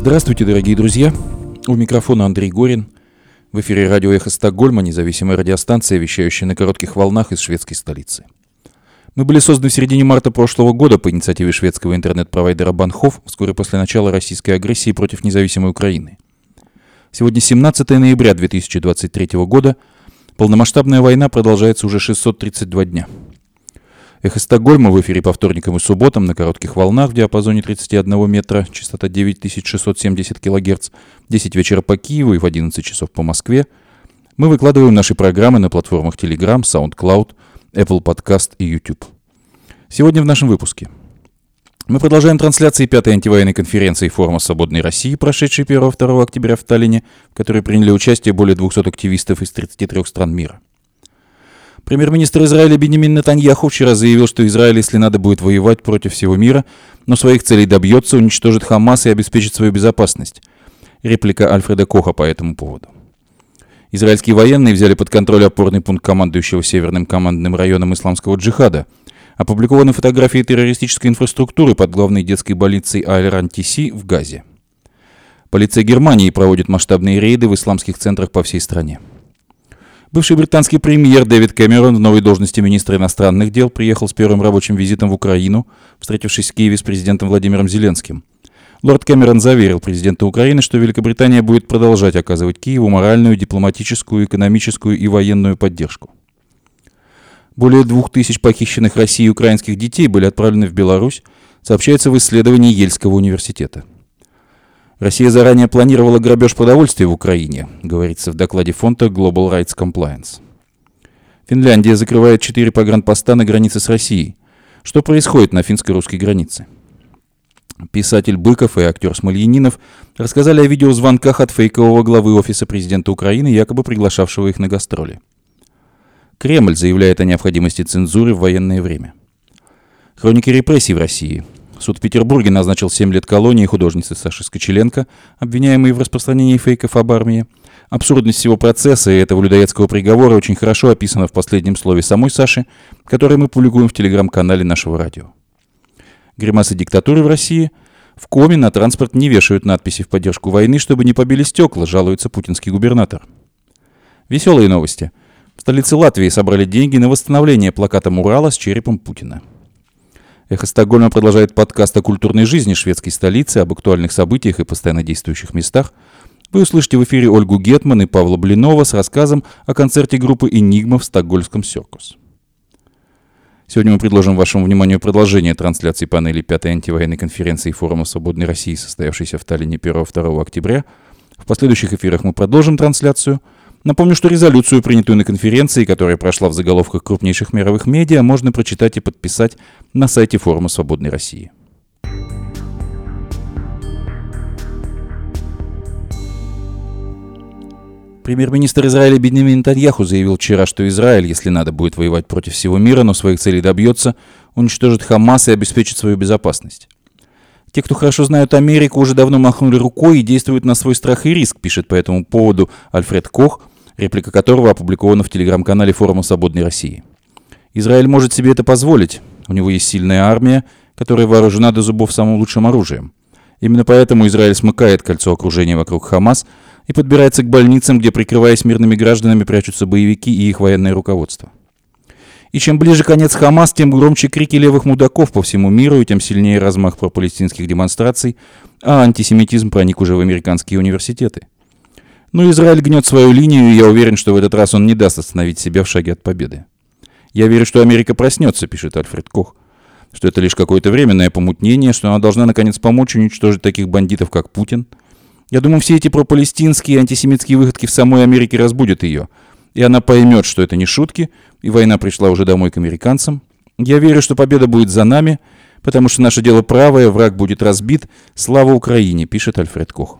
Здравствуйте, дорогие друзья! У микрофона Андрей Горин. В эфире радио «Эхо Стокгольма», независимая радиостанция, вещающая на коротких волнах из шведской столицы. Мы были созданы в середине марта прошлого года по инициативе шведского интернет-провайдера Банхоф вскоре после начала российской агрессии против независимой Украины. Сегодня 17 ноября 2023 года. Полномасштабная война продолжается уже 632 дня. «Эхо Стокгольма» в эфире по вторникам и субботам на коротких волнах в диапазоне 31 метра, частота 9670 кГц, 10 вечера по Киеву и в 11 часов по Москве. Мы выкладываем наши программы на платформах Telegram, SoundCloud, Apple Podcast и YouTube. Сегодня в нашем выпуске мы продолжаем трансляции 5-й антивоенной конференции Форума Свободной России, прошедшей 1-2 октября в Таллине, в которой приняли участие более 200 активистов из 33 стран мира. Премьер-министр Израиля Биньямин Нетаньяху вчера заявил, что Израиль, если надо, будет воевать против всего мира, но своих целей добьется, уничтожит Хамас и обеспечит свою безопасность. Реплика Альфреда Коха по этому поводу. Израильские военные взяли под контроль опорный пункт командующего Северным командным районом исламского джихада. Опубликованы фотографии террористической инфраструктуры под главной детской больницей Аль-Ран-Тиси в Газе. Полиция Германии проводит масштабные рейды в исламских центрах по всей стране. Бывший британский премьер Дэвид Кэмерон в новой должности министра иностранных дел приехал с первым рабочим визитом в Украину, встретившись в Киеве с президентом Владимиром Зеленским. Лорд Кэмерон заверил президента Украины, что Великобритания будет продолжать оказывать Киеву моральную, дипломатическую, экономическую и военную поддержку. Более 2000 похищенных Россией украинских детей были отправлены в Беларусь, сообщается в исследовании Ельского университета. Россия заранее планировала грабеж продовольствия в Украине, говорится в докладе фонда Global Rights Compliance. Финляндия закрывает 4 погранпоста на границе с Россией. Что происходит на финско-русской границе? Писатель Быков и актер Смольянинов рассказали о видеозвонках от фейкового главы Офиса президента Украины, якобы приглашавшего их на гастроли. Кремль заявляет о необходимости цензуры в военное время. Хроники репрессий в России. Суд в Петербурге назначил 7 лет колонии художнице Саше Скочеленко, обвиняемой в распространении фейков об армии. Абсурдность всего процесса и этого людоедского приговора очень хорошо описана в последнем слове самой Саши, которое мы публикуем в телеграм-канале нашего радио. Гримасы диктатуры в России. В Коми на транспорт не вешают надписи в поддержку войны, чтобы не побили стекла, жалуется путинский губернатор. Веселые новости. В столице Латвии собрали деньги на восстановление плаката мурала с черепом Путина. «Эхо Стокгольма» продолжает подкаст о культурной жизни шведской столицы, об актуальных событиях и постоянно действующих местах. Вы услышите в эфире Ольгу Гетман и Павла Блинова с рассказом о концерте группы «Энигма» в стокгольмском Circus. Сегодня мы предложим вашему вниманию продолжение трансляции панели 5-й антивоенной конференции Форума Свободной России, состоявшейся в Таллине 1-2 октября. В последующих эфирах мы продолжим трансляцию. Напомню, что резолюцию, принятую на конференции, которая прошла в заголовках крупнейших мировых медиа, можно прочитать и подписать на сайте Форума Свободной России. Премьер-министр Израиля Биньямин Нетаньяху заявил вчера, что Израиль, если надо, будет воевать против всего мира, но своих целей добьется, уничтожит Хамас и обеспечит свою безопасность. Те, кто хорошо знают Америку, уже давно махнули рукой и действуют на свой страх и риск, пишет по этому поводу Альфред Кох, реплика которого опубликована в телеграм-канале Форума Свободной России. Израиль может себе это позволить. У него есть сильная армия, которая вооружена до зубов самым лучшим оружием. Именно поэтому Израиль смыкает кольцо окружения вокруг Хамас и подбирается к больницам, где, прикрываясь мирными гражданами, прячутся боевики и их военное руководство. И чем ближе конец Хамас, тем громче крики левых мудаков по всему миру, и тем сильнее размах пропалестинских демонстраций, а антисемитизм проник уже в американские университеты. Но Израиль гнет свою линию, и я уверен, что в этот раз он не даст остановить себя в шаге от победы. «Я верю, что Америка проснется», — пишет Альфред Кох, «что это лишь какое-то временное помутнение, что она должна наконец помочь уничтожить таких бандитов, как Путин. Я думаю, все эти пропалестинские и антисемитские выходки в самой Америке разбудят ее, и она поймет, что это не шутки, и война пришла уже домой к американцам. Я верю, что победа будет за нами, потому что наше дело правое, враг будет разбит. Слава Украине», — пишет Альфред Кох.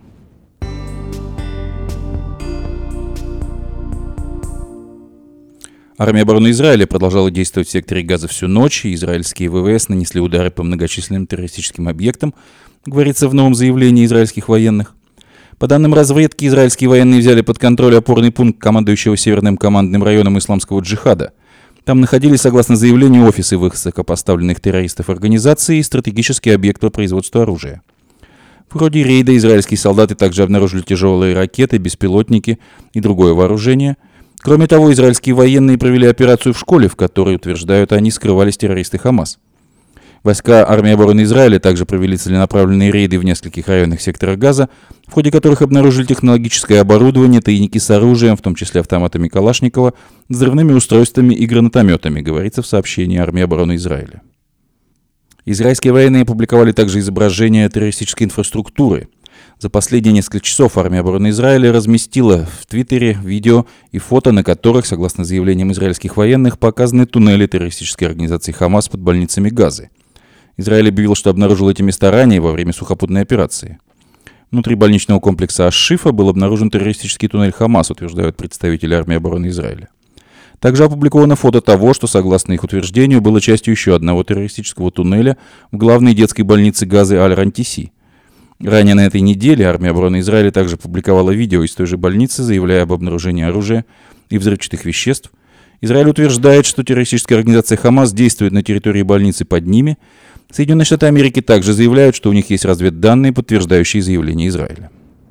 Армия обороны Израиля продолжала действовать в секторе Газа всю ночь, и израильские ВВС нанесли удары по многочисленным террористическим объектам, говорится в новом заявлении израильских военных. По данным разведки, израильские военные взяли под контроль опорный пункт командующего Северным командным районом исламского джихада. Там находились, согласно заявлению, офисы высокопоставленных террористов организации и стратегический объект по производству оружия. В ходе рейда израильские солдаты также обнаружили тяжелые ракеты, беспилотники и другое вооружение. Кроме того, израильские военные провели операцию в школе, в которой, утверждают они, скрывались террористы Хамас. Войска армии обороны Израиля также провели целенаправленные рейды в нескольких районах сектора Газа, в ходе которых обнаружили технологическое оборудование, тайники с оружием, в том числе автоматами Калашникова, взрывными устройствами и гранатометами, говорится в сообщении армии обороны Израиля. Израильские военные опубликовали также изображения террористической инфраструктуры. За последние несколько часов армия обороны Израиля разместила в Твиттере видео и фото, на которых, согласно заявлениям израильских военных, показаны туннели террористической организации Хамас под больницами Газы. Израиль объявил, что обнаружил эти места ранее во время сухопутной операции. Внутри больничного комплекса Аш-Шифа был обнаружен террористический туннель Хамас, утверждают представители армии обороны Израиля. Также опубликовано фото того, что, согласно их утверждению, было частью еще одного террористического туннеля в главной детской больнице Газы Аль-Рантиси. Ранее на этой неделе армия обороны Израиля также публиковала видео из той же больницы, заявляя об обнаружении оружия и взрывчатых веществ. Израиль утверждает, что террористическая организация Хамас действует на территории больницы под ними. Соединенные Штаты Америки также заявляют, что у них есть разведданные, подтверждающие заявления Израиля.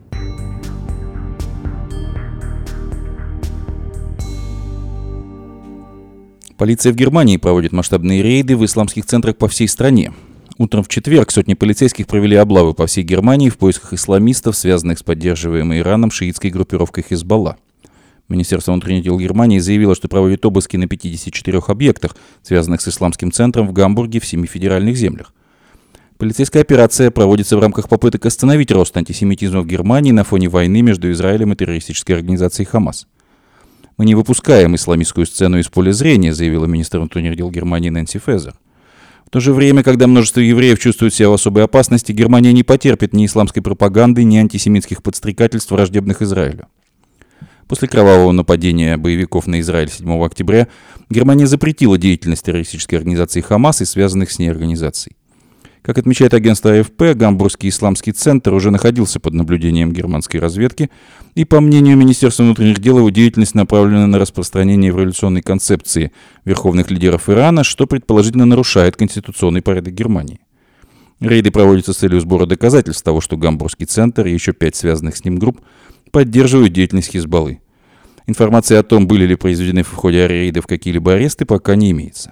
Полиция в Германии проводит масштабные рейды в исламских центрах по всей стране. Утром в четверг сотни полицейских провели облавы по всей Германии в поисках исламистов, связанных с поддерживаемой Ираном шиитской группировкой Хизбалла. Министерство внутренних дел Германии заявило, что проводит обыски на 54 объектах, связанных с исламским центром в Гамбурге в 7 федеральных землях. Полицейская операция проводится в рамках попыток остановить рост антисемитизма в Германии на фоне войны между Израилем и террористической организацией Хамас. «Мы не выпускаем исламистскую сцену из поля зрения», заявила министр внутренних дел Германии Нэнси Фезер. В то же время, когда множество евреев чувствуют себя в особой опасности, Германия не потерпит ни исламской пропаганды, ни антисемитских подстрекательств, враждебных Израилю. После кровавого нападения боевиков на Израиль 7 октября Германия запретила деятельность террористической организации Хамас и связанных с ней организаций. Как отмечает агентство АФП, Гамбургский исламский центр уже находился под наблюдением германской разведки, и, по мнению Министерства внутренних дел, его деятельность направлена на распространение революционной концепции верховных лидеров Ирана, что предположительно нарушает конституционный порядок Германии. Рейды проводятся с целью сбора доказательств того, что Гамбургский центр и еще 5 связанных с ним групп поддерживают деятельность Хизбаллы. Информация о том, были ли произведены в ходе рейдов какие-либо аресты, пока не имеется.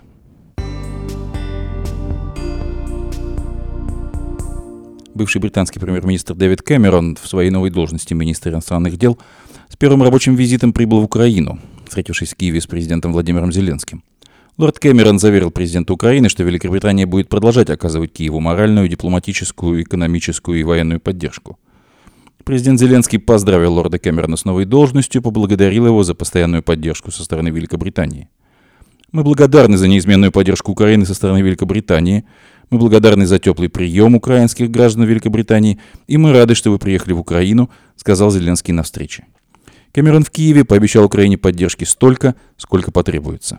Бывший британский премьер-министр Дэвид Кэмерон в своей новой должности министра иностранных дел с первым рабочим визитом прибыл в Украину, встретившись в Киеве с президентом Владимиром Зеленским. Лорд Кэмерон заверил президента Украины, что Великобритания будет продолжать оказывать Киеву моральную, дипломатическую, экономическую и военную поддержку. Президент Зеленский поздравил лорда Кэмерона с новой должностью и поблагодарил его за постоянную поддержку со стороны Великобритании. «Мы благодарны за неизменную поддержку Украины со стороны Великобритании. Мы благодарны за теплый прием украинских граждан Великобритании, и мы рады, что вы приехали в Украину», — сказал Зеленский на встрече. Кэмерон в Киеве пообещал Украине поддержки столько, сколько потребуется.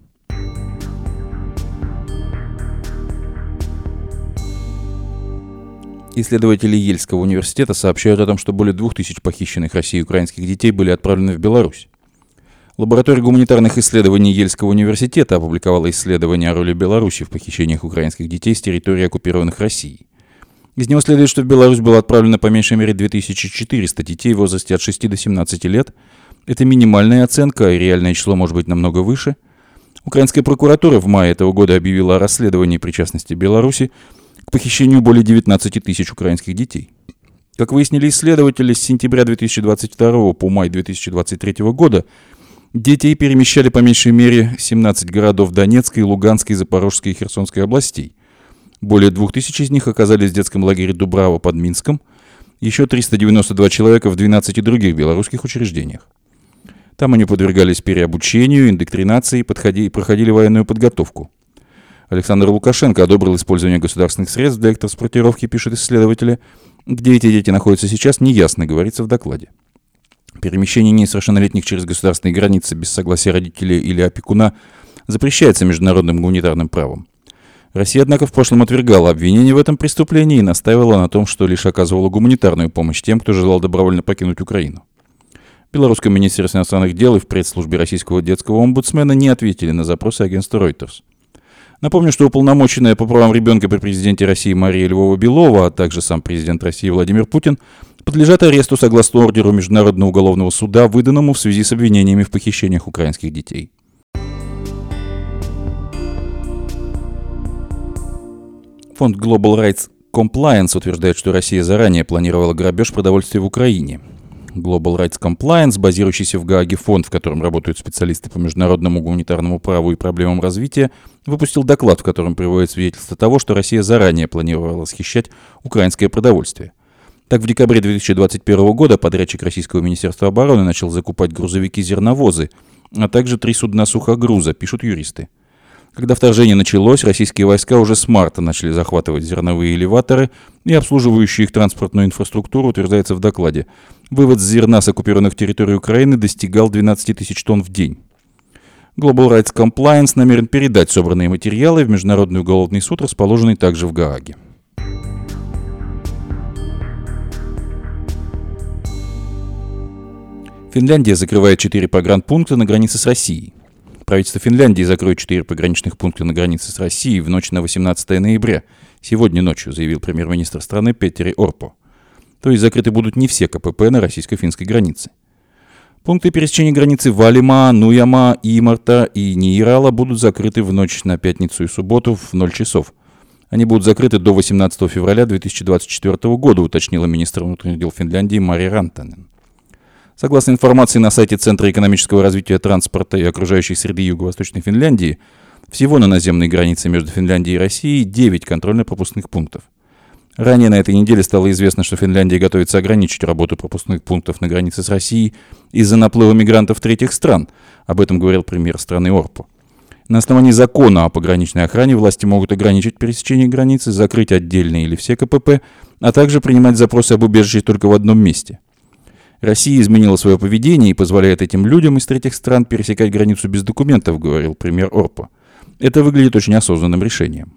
Исследователи Ельского университета сообщают о том, что более 2000 похищенных Россией украинских детей были отправлены в Беларусь. Лаборатория гуманитарных исследований Ельского университета опубликовала исследование о роли Беларуси в похищениях украинских детей с территории, оккупированных Россией. Из него следует, что в Беларусь было отправлено по меньшей мере 2400 детей в возрасте от 6 до 17 лет. Это минимальная оценка, и реальное число может быть намного выше. Украинская прокуратура в мае этого года объявила о расследовании причастности Беларуси к похищению более 19 тысяч украинских детей. Как выяснили исследователи, с сентября 2022 по май 2023 года детей перемещали по меньшей мере 17 городов Донецкой, Луганской, Запорожской и Херсонской областей. Более 2000 из них оказались в детском лагере Дубрава под Минском, еще 392 человека в 12 других белорусских учреждениях. Там они подвергались переобучению, индоктринации и проходили военную подготовку. Александр Лукашенко одобрил использование государственных средств для транспортировки, пишут исследователи. Где эти дети находятся сейчас, неясно, говорится в докладе. Перемещение несовершеннолетних через государственные границы без согласия родителей или опекуна запрещается международным гуманитарным правом. Россия, однако, в прошлом отвергала обвинения в этом преступлении и настаивала на том, что лишь оказывала гуманитарную помощь тем, кто желал добровольно покинуть Украину. Белорусское министерство иностранных дел и в пресс-службе российского детского омбудсмена не ответили на запросы агентства Reuters. Напомню, что уполномоченная по правам ребенка при президенте России Мария Львова-Белова, а также сам президент России Владимир Путин подлежат аресту согласно ордеру Международного уголовного суда, выданному в связи с обвинениями в похищениях украинских детей. Фонд Global Rights Compliance утверждает, что Россия заранее планировала грабеж продовольствия в Украине. Global Rights Compliance, базирующийся в Гааге фонд, в котором работают специалисты по международному гуманитарному праву и проблемам развития, выпустил доклад, в котором приводит свидетельство того, что Россия заранее планировала схищать украинское продовольствие. Так, в декабре 2021 года подрядчик Российского министерства обороны начал закупать грузовики-зерновозы, а также 3 судна сухогруза, пишут юристы. Когда вторжение началось, российские войска уже с марта начали захватывать зерновые элеваторы и обслуживающую их транспортную инфраструктуру, утверждается в докладе. Вывоз зерна с оккупированных территорий Украины достигал 12 тысяч тонн в день. Global Rights Compliance намерен передать собранные материалы в Международный уголовный суд, расположенный также в Гааге. Финляндия закрывает 4 погранпункта на границе с Россией. Правительство Финляндии закроет 4 пограничных пункта на границе с Россией в ночь на 18 ноября. Сегодня ночью, заявил премьер-министр страны Петери Орпо. То есть закрыты будут не все КПП на российско-финской границе. Пункты пересечения границы Валима, Нуяма, Имарта и Ниирала будут закрыты в ночь на пятницу и субботу в 0 часов. Они будут закрыты до 18 февраля 2024 года, уточнила министр внутренних дел Финляндии Мари Рантанен. Согласно информации на сайте Центра экономического развития транспорта и окружающей среды Юго-Восточной Финляндии, всего на наземной границе между Финляндией и Россией 9 контрольно-пропускных пунктов. Ранее на этой неделе стало известно, что Финляндия готовится ограничить работу пропускных пунктов на границе с Россией из-за наплыва мигрантов третьих стран. Об этом говорил премьер страны Орпо. На основании закона о пограничной охране власти могут ограничить пересечение границы, закрыть отдельные или все КПП, а также принимать запросы об убежище только в одном месте. Россия изменила свое поведение и позволяет этим людям из третьих стран пересекать границу без документов, говорил премьер Орпо. Это выглядит очень осознанным решением.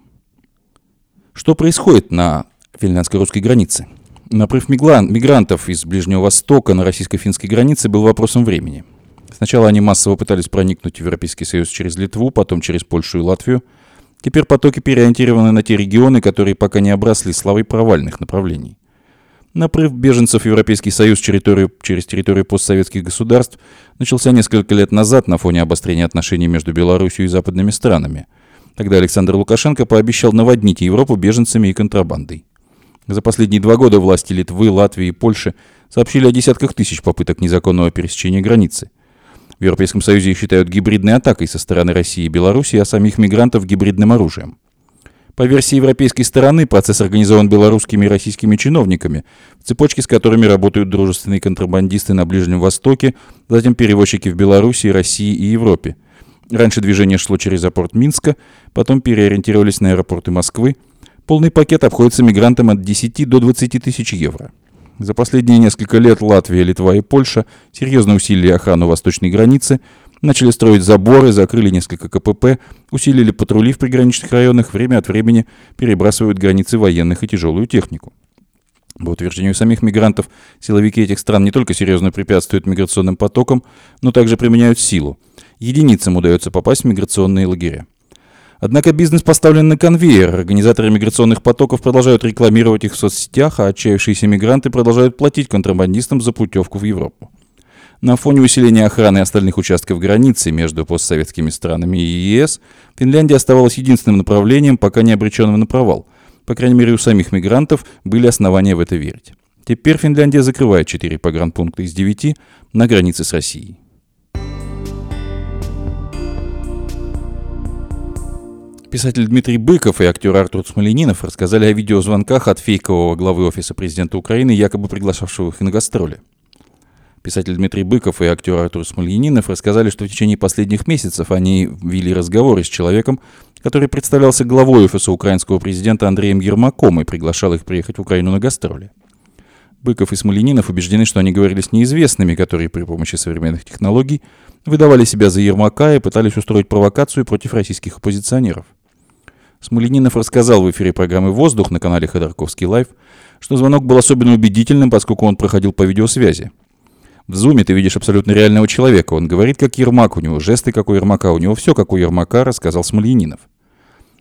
Что происходит на финляндско-русской границе? Наплыв мигрантов из Ближнего Востока на российско-финской границе был вопросом времени. Сначала они массово пытались проникнуть в Европейский Союз через Литву, потом через Польшу и Латвию. Теперь потоки переориентированы на те регионы, которые пока не обросли славой провальных направлений. Наплыв беженцев в Европейский Союз через территорию постсоветских государств начался несколько лет назад на фоне обострения отношений между Белоруссией и западными странами. Тогда Александр Лукашенко пообещал наводнить Европу беженцами и контрабандой. За последние 2 года власти Литвы, Латвии и Польши сообщили о десятках тысяч попыток незаконного пересечения границы. В Европейском Союзе их считают гибридной атакой со стороны России и Белоруссии, а самих мигрантов гибридным оружием. По версии европейской стороны, процесс организован белорусскими и российскими чиновниками, в цепочке с которыми работают дружественные контрабандисты на Ближнем Востоке, затем перевозчики в Белоруссии, России и Европе. Раньше движение шло через аэропорт Минска, потом переориентировались на аэропорты Москвы. Полный пакет обходится мигрантам от 10 до 20 тысяч евро. За последние несколько лет Латвия, Литва и Польша серьезно усилили охрану восточной границы, начали строить заборы, закрыли несколько КПП, усилили патрули в приграничных районах, время от времени перебрасывают границы военных и тяжелую технику. По утверждению самих мигрантов, силовики этих стран не только серьезно препятствуют миграционным потокам, но также применяют силу. Единицам удается попасть в миграционные лагеря. Однако бизнес поставлен на конвейер. Организаторы миграционных потоков продолжают рекламировать их в соцсетях, а отчаявшиеся мигранты продолжают платить контрабандистам за путевку в Европу. На фоне усиления охраны остальных участков границы между постсоветскими странами и ЕС, Финляндия оставалась единственным направлением, пока не обреченным на провал. По крайней мере, у самих мигрантов были основания в это верить. Теперь Финляндия закрывает 4 погранпункта из 9 на границе с Россией. Писатель Дмитрий Быков и актер Артур Смольянинов рассказали о видеозвонках от фейкового главы Офиса президента Украины, якобы приглашавшего их на гастроли. Писатель Дмитрий Быков и актер Артур Смольянинов рассказали, что в течение последних месяцев они вели разговоры с человеком, который представлялся главой Офиса украинского президента Андреем Ермаком и приглашал их приехать в Украину на гастроли. Быков и Смольянинов убеждены, что они говорили с неизвестными, которые при помощи современных технологий выдавали себя за Ермака и пытались устроить провокацию против российских оппозиционеров. Смольянинов рассказал в эфире программы «Воздух» на канале Ходорковский Лайв, что звонок был особенно убедительным, поскольку он проходил по видеосвязи. В зуме ты видишь абсолютно реального человека. Он говорит, как Ермак, у него жесты, как у Ермака, у него все, как у Ермака, рассказал Смольянинов.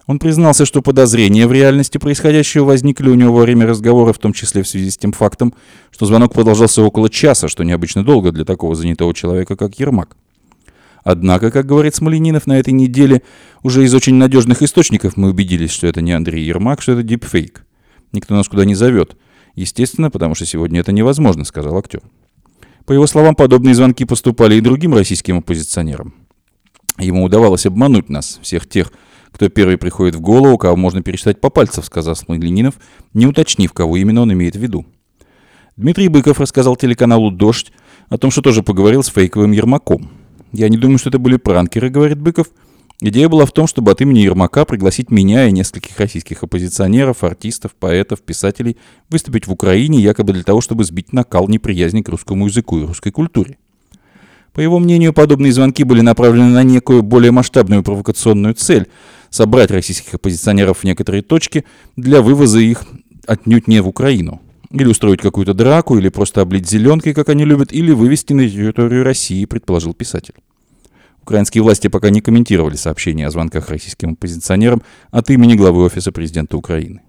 Он признался, что подозрения в реальности происходящего возникли у него во время разговора, в том числе в связи с тем фактом, что звонок продолжался около часа, что необычно долго для такого занятого человека, как Ермак. Однако, как говорит Смольянинов, на этой неделе уже из очень надежных источников мы убедились, что это не Андрей Ермак, что это дипфейк. Никто нас куда не зовет. Естественно, потому что сегодня это невозможно, сказал актер. По его словам, подобные звонки поступали и другим российским оппозиционерам. Ему удавалось обмануть нас, всех тех, кто первый приходит в голову, кого можно пересчитать по пальцам, сказал Смольянинов, не уточнив, кого именно он имеет в виду. Дмитрий Быков рассказал телеканалу «Дождь» о том, что тоже поговорил с фейковым Ермаком. «Я не думаю, что это были пранкеры», — говорит Быков. «Идея была в том, чтобы от имени Ермака пригласить меня и нескольких российских оппозиционеров, артистов, поэтов, писателей выступить в Украине якобы для того, чтобы сбить накал неприязни к русскому языку и русской культуре». По его мнению, подобные звонки были направлены на некую более масштабную провокационную цель – собрать российских оппозиционеров в некоторые точки для вывоза их отнюдь не в Украину. Или устроить какую-то драку, или просто облить зеленкой, как они любят, или вывести на территорию России, предположил писатель. Украинские власти пока не комментировали сообщения о звонках российским оппозиционерам от имени главы Офиса президента Украины.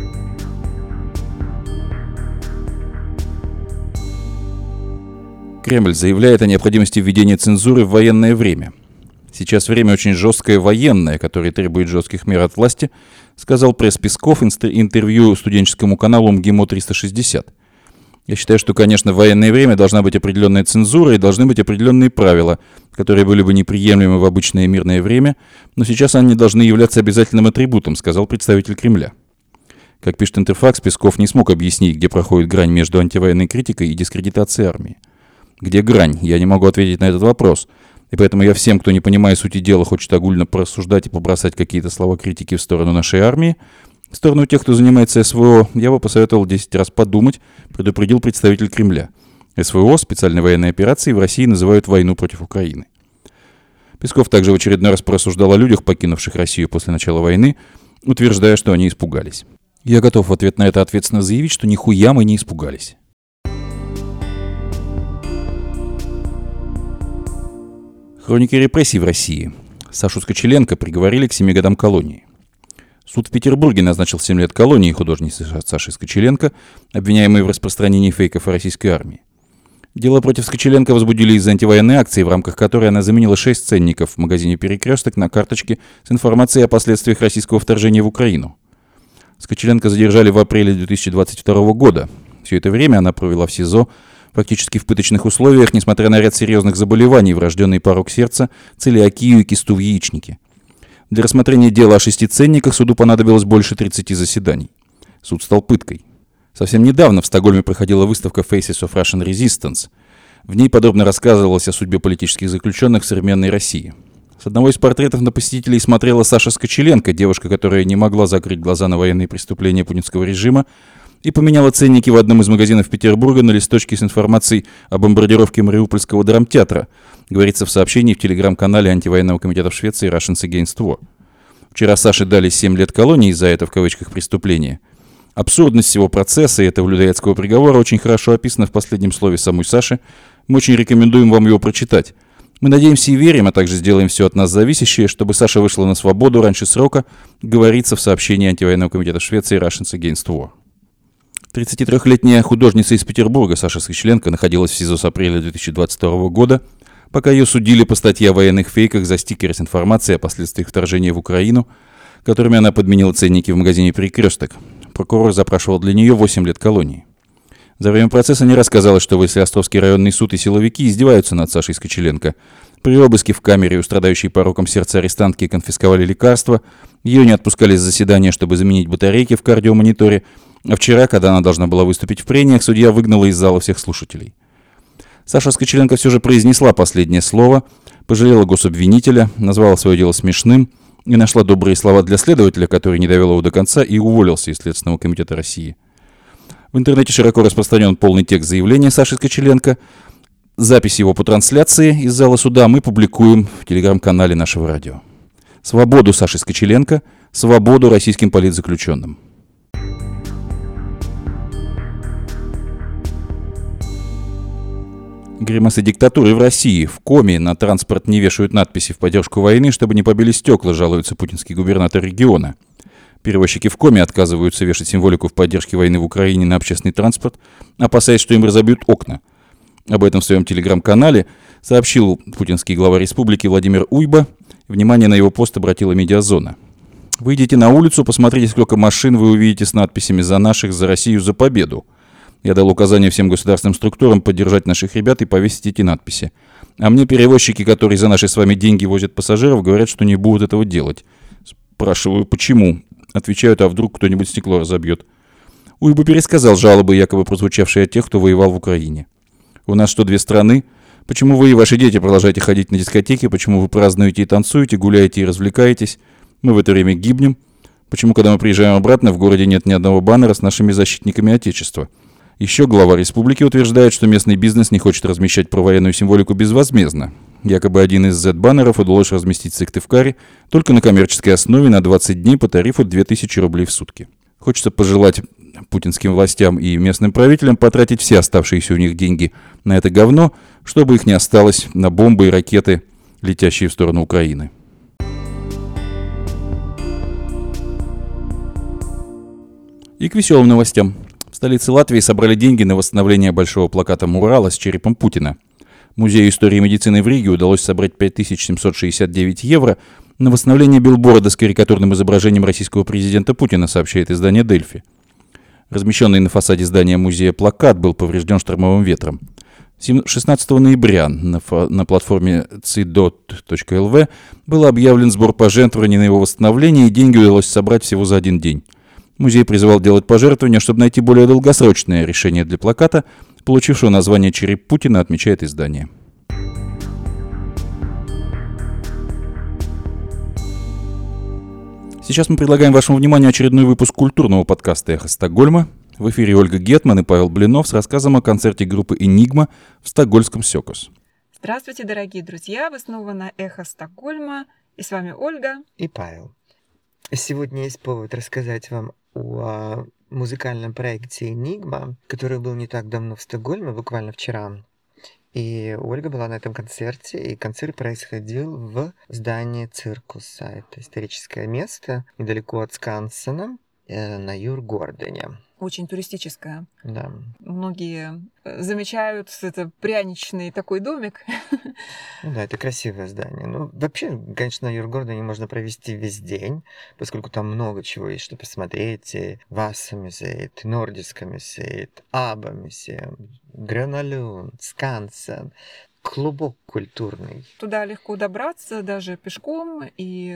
Кремль заявляет о необходимости введения цензуры в военное время. Сейчас время очень жесткое военное, которое требует жестких мер от власти, сказал пресс Песков интервью студенческому каналу МГИМО-360. Я считаю, что, конечно, в военное время должна быть определенная цензура и должны быть определенные правила, которые были бы неприемлемы в обычное мирное время, но сейчас они должны являться обязательным атрибутом, сказал представитель Кремля. Как пишет Интерфакс, Песков не смог объяснить, где проходит грань между антивоенной критикой и дискредитацией армии. Где грань? Я не могу ответить на этот вопрос. И поэтому я всем, кто не понимая сути дела, хочет огульно порассуждать и побросать какие-то слова критики в сторону нашей армии, в сторону тех, кто занимается СВО, я бы посоветовал 10 раз подумать, предупредил представитель Кремля. СВО, специальной военной операции, в России называют войну против Украины. Песков также в очередной раз порассуждал о людях, покинувших Россию после начала войны, утверждая, что они испугались. Я готов в ответ на это ответственно заявить, что нихуя мы не испугались. Хроники репрессий в России. Сашу Скочеленко приговорили к 7 годам колонии. Суд в Петербурге назначил 7 лет колонии художнице Саши Скочеленко, обвиняемой в распространении фейков о российской армии. Дело против Скочеленко возбудили из-за антивоенной акции, в рамках которой она заменила 6 ценников в магазине «Перекресток» на карточке с информацией о последствиях российского вторжения в Украину. Скочеленко задержали в апреле 2022 года. Все это время она провела в СИЗО, фактически в пыточных условиях, несмотря на ряд серьезных заболеваний, врожденный порок сердца, целиакию и кисту в яичнике. Для рассмотрения дела о 6 ценниках суду понадобилось больше 30 заседаний. Суд стал пыткой. Совсем недавно в Стокгольме проходила выставка Faces of Russian Resistance. В ней подробно рассказывалось о судьбе политических заключенных в современной России. С одного из портретов на посетителей смотрела Саша Скочеленко, девушка, которая не могла закрыть глаза на военные преступления путинского режима, и поменяла ценники в одном из магазинов Петербурга на листочки с информацией о бомбардировке Мариупольского драмтеатра, говорится в сообщении в телеграм-канале антивоенного комитета в Швеции Russians Against War. Вчера Саше дали 7 лет колонии за это, в кавычках, преступление. Абсурдность всего процесса и этого людоедского приговора очень хорошо описана в последнем слове самой Саши. Мы очень рекомендуем вам его прочитать. Мы надеемся и верим, а также сделаем все от нас зависящее, чтобы Саша вышла на свободу раньше срока, говорится в сообщении антивоенного комитета в Швеции Russians Against War. 33-летняя художница из Петербурга Саша Скочеленко находилась в СИЗО с апреля 2022 года, пока ее судили по статье о военных фейках за стикеры с информацией о последствиях вторжения в Украину, которыми она подменила ценники в магазине «Перекресток». Прокурор запрашивал для нее 8 лет колонии. За время процесса не рассказалось, что Василиостровский районный суд и силовики издеваются над Сашей Скочеленко. При обыске в камере у страдающей пороком сердца арестантки конфисковали лекарства, ее не отпускали с заседания, чтобы заменить батарейки в кардиомониторе, а вчера, когда она должна была выступить в прениях, судья выгнала из зала всех слушателей. Саша Скочеленко все же произнесла последнее слово, пожалела гособвинителя, назвала свое дело смешным и нашла добрые слова для следователя, который не довел его до конца и уволился из Следственного комитета России. В интернете широко распространен полный текст заявления Саши Скочеленко. Запись его по трансляции из зала суда мы публикуем в телеграм-канале нашего радио. Свободу Саши Скочеленко, свободу российским политзаключенным. Гримасы диктатуры в России. В Коми на транспорт не вешают надписи в поддержку войны, чтобы не побили стекла, жалуется путинский губернатор региона. Перевозчики в Коми отказываются вешать символику в поддержке войны в Украине на общественный транспорт, опасаясь, что им разобьют окна. Об этом в своем телеграм-канале сообщил путинский глава республики Владимир Уйба. Внимание на его пост обратила «Медиазона». «Выйдите на улицу, посмотрите, сколько машин вы увидите с надписями «За наших», «За Россию», «За победу». Я дал указание всем государственным структурам поддержать наших ребят и повесить эти надписи. А мне перевозчики, которые за наши с вами деньги возят пассажиров, говорят, что не будут этого делать. Спрашиваю, почему? Отвечают, а вдруг кто-нибудь стекло разобьет. Уйба пересказал жалобы, якобы прозвучавшие от тех, кто воевал в Украине. У нас что, две страны? Почему вы и ваши дети продолжаете ходить на дискотеки? Почему вы празднуете и танцуете, гуляете и развлекаетесь? Мы в это время гибнем. Почему, когда мы приезжаем обратно, в городе нет ни одного баннера с нашими защитниками Отечества? Еще глава республики утверждает, что местный бизнес не хочет размещать провоенную символику безвозмездно. Якобы один из Z-баннеров удалось разместить в Сыктывкаре только на коммерческой основе на 20 дней по тарифу 2000 рублей в сутки. Хочется пожелать путинским властям и местным правителям потратить все оставшиеся у них деньги на это говно, чтобы их не осталось на бомбы и ракеты, летящие в сторону Украины. И к веселым новостям. В столице Латвии собрали деньги на восстановление большого плаката мурала с черепом Путина. Музею истории и медицины в Риге удалось собрать 5769 евро на восстановление билборда с карикатурным изображением российского президента Путина, сообщает издание «Дельфи». Размещенный на фасаде здания музея плакат был поврежден штормовым ветром. 16 ноября на платформе cidot.lv был объявлен сбор пожертвований на его восстановление, и деньги удалось собрать всего за один день. Музей призывал делать пожертвования, чтобы найти более долгосрочное решение для плаката, получившего название «Череп Путина», отмечает издание. Сейчас мы предлагаем вашему вниманию очередной выпуск культурного подкаста «Эхо Стокгольма». В эфире Ольга Гетман и Павел Блинов с рассказом о концерте группы «Энигма» в стокгольмском Сёкос. Здравствуйте, дорогие друзья! Вы снова на «Эхо Стокгольма». И с вами Ольга и Павел. Сегодня есть повод рассказать вам о музыкальном проекте «Энигма», который был не так давно в Стокгольме, буквально вчера. И Ольга была на этом концерте, и концерт происходил в здании циркуса. Это историческое место недалеко от Скансена, на Юргордене. очень туристическая. Да. Многие замечают, это пряничный такой домик. Ну да, это красивое здание. Ну, вообще, конечно, на Юргордене можно провести весь день, поскольку там много чего есть, что посмотреть. И Васа-музей, Нордиска-музей, Аба-музей, Грёналюн, Скансен. Клубок культурный. Туда легко добраться, даже пешком, и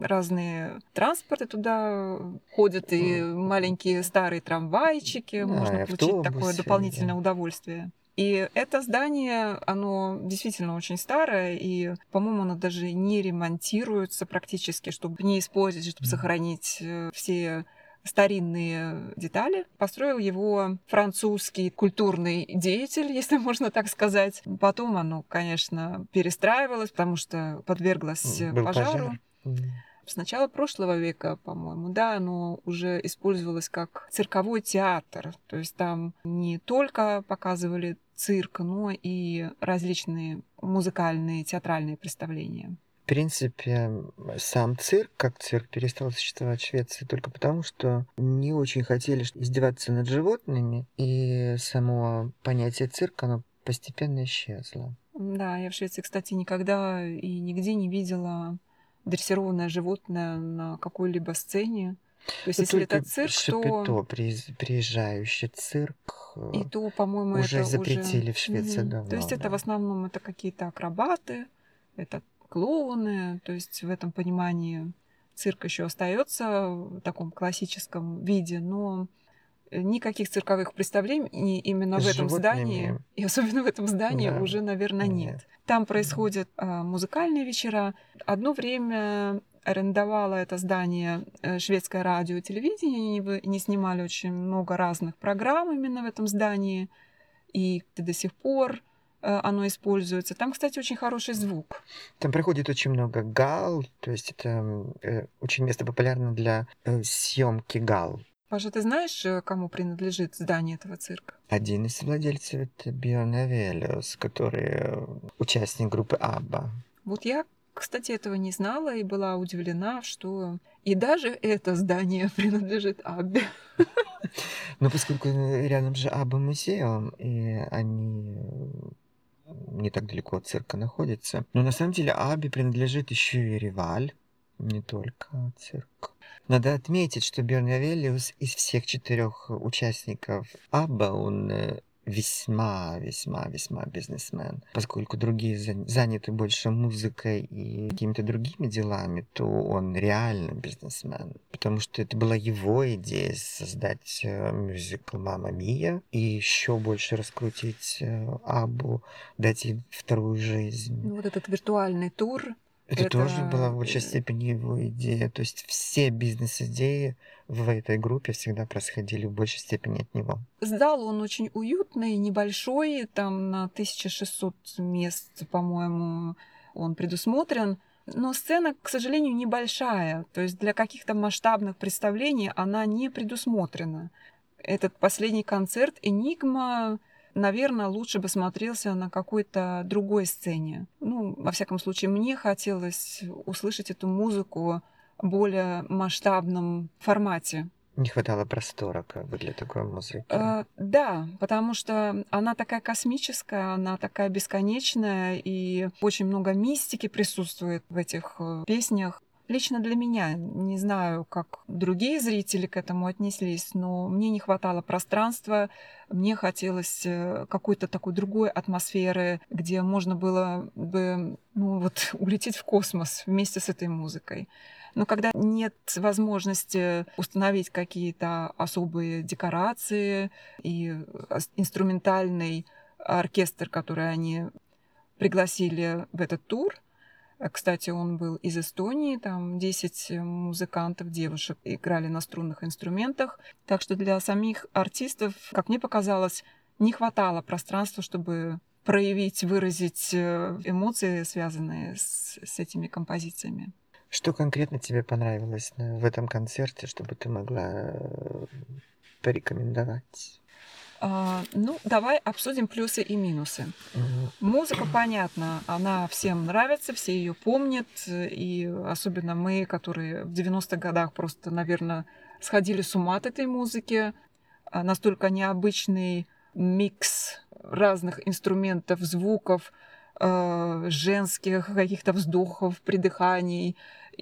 разные транспорты туда ходят, и маленькие старые трамвайчики, можно получить такое дополнительное удовольствие. И это здание, оно действительно очень старое, и, по-моему, оно даже не ремонтируется практически, чтобы не использовать, чтобы сохранить все старинные детали. Построил его французский культурный деятель, если можно так сказать. Потом оно, конечно, перестраивалось, потому что подверглось пожару. С начала прошлого века, по-моему, да, оно уже использовалось как цирковой театр. То есть там не только показывали цирк, но и различные музыкальные, театральные представления. В принципе, сам цирк, как цирк, перестал существовать в Швеции только потому, что не очень хотели издеваться над животными, и само понятие цирка, оно постепенно исчезло. Да, я в Швеции, кстати, никогда и нигде не видела дрессированное животное на какой-либо сцене. То есть, если это цирк, то приезжающий цирк, и то, по-моему, уже это запретили в Швеции давно. То есть, это в основном это какие-то акробаты, это клоуны, то есть в этом понимании цирк еще остается в таком классическом виде, но никаких цирковых представлений именно в этом здании, и особенно в этом здании, уже, наверное, нет. Там происходят музыкальные вечера. Одно время арендовало это здание шведское радио и телевидение, они снимали очень много разных программ именно в этом здании, и до сих пор оно используется. Там, кстати, очень хороший звук. Там проходит очень много гал, то есть это очень место популярно для съемки гал. Паша, ты знаешь, кому принадлежит здание этого цирка? Один из владельцев — это Бьорн Авелиус, который участник группы Абба. Вот я, кстати, этого не знала и была удивлена, что и даже это здание принадлежит Аббе. Но поскольку рядом же Абба музеум, и они не так далеко от цирка находятся. Но на самом деле Аббе принадлежит еще и Реваль, не только цирк. Надо отметить, что Бьорн Авелиус из всех 4 участников Абба, он весьма бизнесмен. Поскольку другие заняты больше музыкой и какими-то другими делами, то он реально бизнесмен. Потому что это была его идея создать мюзикл «Мамма Мия» и еще больше раскрутить Аббу, дать ей вторую жизнь. Ну, вот этот виртуальный тур. Это тоже была в большей степени его идея. То есть все бизнес-идеи в этой группе всегда происходили в большей степени от него. Зал он очень уютный, небольшой, там на 1600 мест, по-моему, он предусмотрен. Но сцена, к сожалению, небольшая. То есть для каких-то масштабных представлений она не предусмотрена. Этот последний концерт «Энигма», наверное, лучше бы смотрелся на какой-то другой сцене. Ну, во всяком случае, мне хотелось услышать эту музыку в более масштабном формате. Не хватало простора как бы для такой музыки. Да, потому что она такая космическая, она такая бесконечная, и очень много мистики присутствует в этих песнях. Лично для меня, не знаю, как другие зрители к этому отнеслись, но мне не хватало пространства, мне хотелось какой-то такой другой атмосферы, где можно было бы улететь в космос вместе с этой музыкой. Но когда нет возможности установить какие-то особые декорации и инструментальный оркестр, который они пригласили в этот тур, кстати, он был из Эстонии, там 10 музыкантов, девушек играли на струнных инструментах. Так что для самих артистов, как мне показалось, не хватало пространства, чтобы проявить, выразить эмоции, связанные с этими композициями. Что конкретно тебе понравилось в этом концерте, чтобы ты могла порекомендовать? Давай обсудим плюсы и минусы. Музыка, понятно, она всем нравится, все ее помнят, и особенно мы, которые в 90-х годах просто, наверное, сходили с ума от этой музыки. Настолько необычный микс разных инструментов, звуков, женских каких-то вздохов, придыханий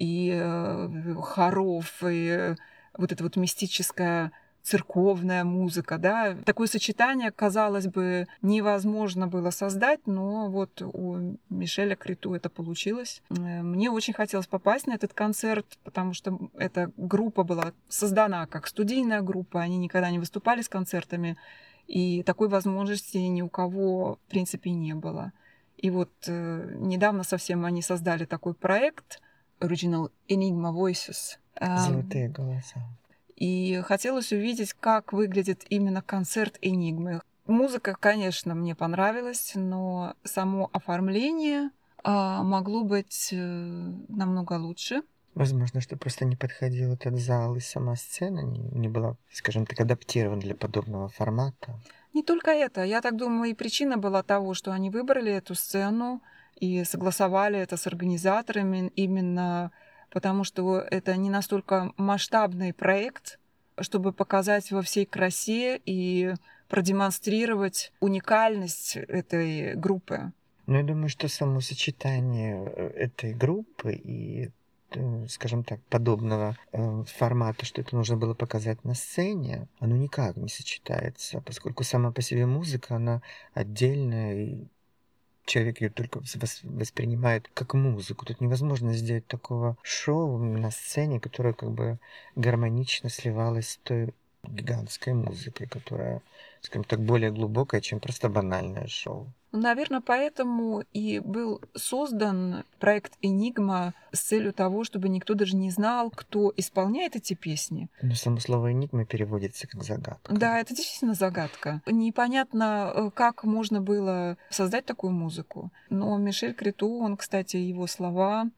и хоров, и вот это вот мистическое церковная музыка, да. Такое сочетание, казалось бы, невозможно было создать, но вот у Мишеля Криту это получилось. Мне очень хотелось попасть на этот концерт, потому что эта группа была создана как студийная группа, они никогда не выступали с концертами, и такой возможности ни у кого, в принципе, не было. И вот недавно совсем они создали такой проект Original Enigma Voices. Золотые голоса. И хотелось увидеть, как выглядит именно концерт «Энигмы». Музыка, конечно, мне понравилась, но само оформление могло быть намного лучше. Возможно, что просто не подходил этот зал, и сама сцена не была, скажем так, адаптирована для подобного формата. Не только это. Я так думаю, и причина была того, что они выбрали эту сцену и согласовали это с организаторами именно потому, что это не настолько масштабный проект, чтобы показать во всей красе и продемонстрировать уникальность этой группы. Ну, я думаю, что само сочетание этой группы и, скажем так, подобного формата, что это нужно было показать на сцене, оно никак не сочетается, поскольку сама по себе музыка, она отдельная, и человек ее только воспринимает как музыку. Тут невозможно сделать такого шоу на сцене, которое как бы гармонично сливалось с той гигантской музыкой, которая, скажем так, более глубокая, чем просто банальное шоу. Наверное, поэтому и был создан проект «Энигма» с целью того, чтобы никто даже не знал, кто исполняет эти песни. Но само слово «энигма» переводится как «загадка». Да, это действительно загадка. Непонятно, как можно было создать такую музыку. Но Мишель Криту, он, кстати, его слова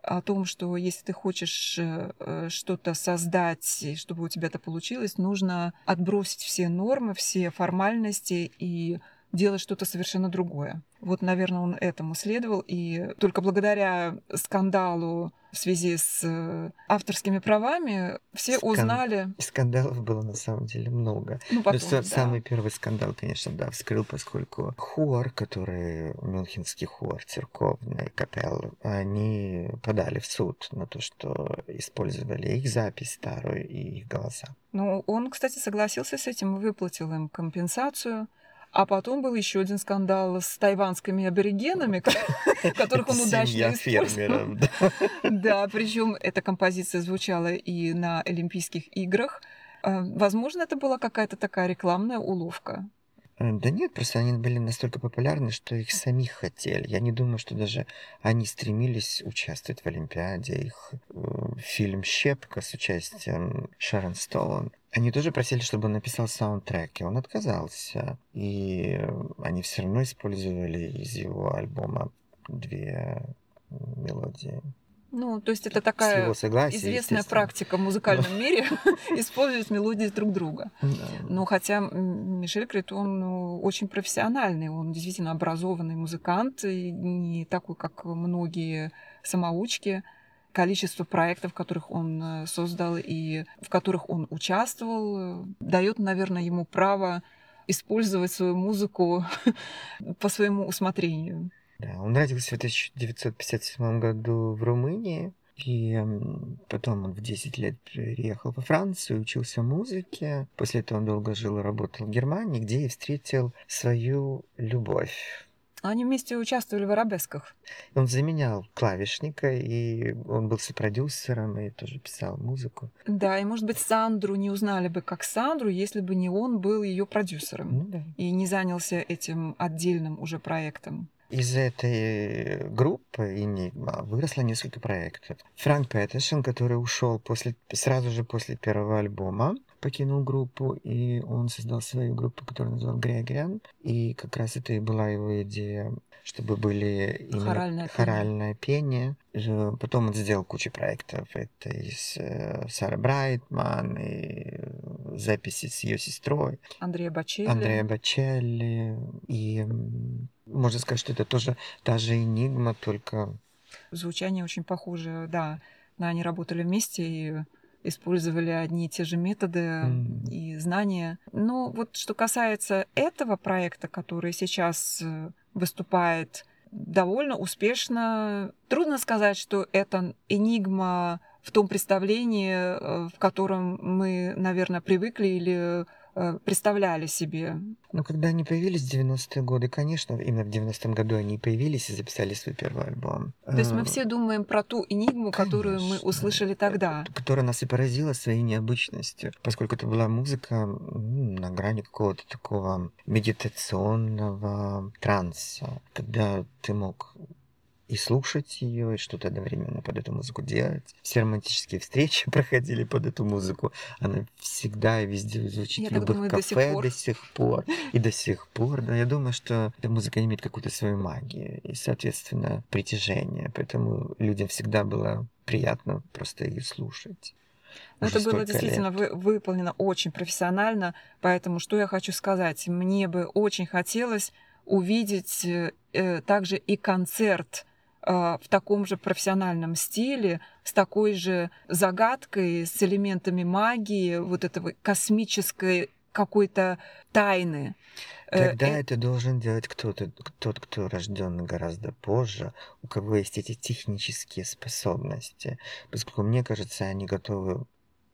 о том, что если ты хочешь что-то создать, чтобы у тебя это получилось, нужно отбросить все нормы, все формальности и делать что-то совершенно другое. Вот, наверное, он этому следовал. И только благодаря скандалу в связи с авторскими правами все узнали... Скандалов было на самом деле много. Ну, потом, да. Самый первый скандал, конечно, да, вскрыл, поскольку хор, мюнхенский хор церковный, капелла, они подали в суд на то, что использовали их запись старую и их голоса. Ну, он, кстати, согласился с этим и выплатил им компенсацию. А потом был еще один скандал с тайванскими аборигенами, которых он удачно использовал. Да, причем эта композиция звучала и на Олимпийских играх. Возможно, это была какая-то такая рекламная уловка. Да нет, просто они были настолько популярны, что их самих хотели. Я не думаю, что даже они стремились участвовать в Олимпиаде. Их фильм «Щепка» с участием Шерон Стоун. Они тоже просили, чтобы он написал саундтрек, и он отказался. И они все равно использовали из его альбома 2 мелодии. Ну, то есть это такая известная практика в музыкальном мире использовать мелодии друг друга. Но хотя Мишель Кретон очень профессиональный, он действительно образованный музыкант, и не такой, как многие самоучки. Количество проектов, которых он создал и в которых он участвовал, дает, наверное, ему право использовать свою музыку по своему усмотрению. Да, он родился в 1957 году в Румынии, и потом он в 10 лет переехал во Францию, учился музыке. После этого он долго жил и работал в Германии, где и встретил свою любовь. Они вместе участвовали в арабесках. Он заменял клавишника, и он был сопродюсером, и тоже писал музыку. Да, и, может быть, Сандру не узнали бы как Сандру, если бы не он был ее продюсером. Ну, да. И не занялся этим отдельным уже проектом. Из этой группы Enigma выросло несколько проектов. Франк Петерсон, который ушел сразу же после первого альбома, покинул группу, и он создал свою группу, которую назвал Грегориан. И как раз это и была его идея, чтобы были хоральное пение. Потом он сделал кучу проектов. Это и с Сарой Брайтман, и записи с ее сестрой. Андреа Бочелли. И можно сказать, что это тоже та же Enigma, только... Звучание очень похоже, да. Они работали вместе и использовали одни и те же методы и знания. Но вот что касается этого проекта, который сейчас выступает довольно успешно, трудно сказать, что это Enigma в том представлении, в котором мы, наверное, привыкли или представляли себе. Но когда они появились в 90-е годы, конечно, именно в 90-м году они появились и записали свой первый альбом. То есть мы все думаем про ту Enigma, которую мы услышали тогда. Которая нас и поразила своей необычностью, поскольку это была музыка на грани какого-то такого медитационного транса, когда ты мог и слушать ее, и что-то одновременно под эту музыку делать. Все романтические встречи проходили под эту музыку. Она всегда и везде звучит в любых кафе до сих пор. И до сих пор, да. Я думаю, что эта музыка имеет какую-то свою магию и, соответственно, притяжение. Поэтому людям всегда было приятно просто ее слушать. Это было действительно выполнено очень профессионально. Поэтому что я хочу сказать? Мне бы очень хотелось увидеть также и концерт в таком же профессиональном стиле, с такой же загадкой, с элементами магии, вот этого космической какой-то тайны. Тогда это должен делать тот, кто рожден гораздо позже, у кого есть эти технические способности. Поскольку, мне кажется, они готовы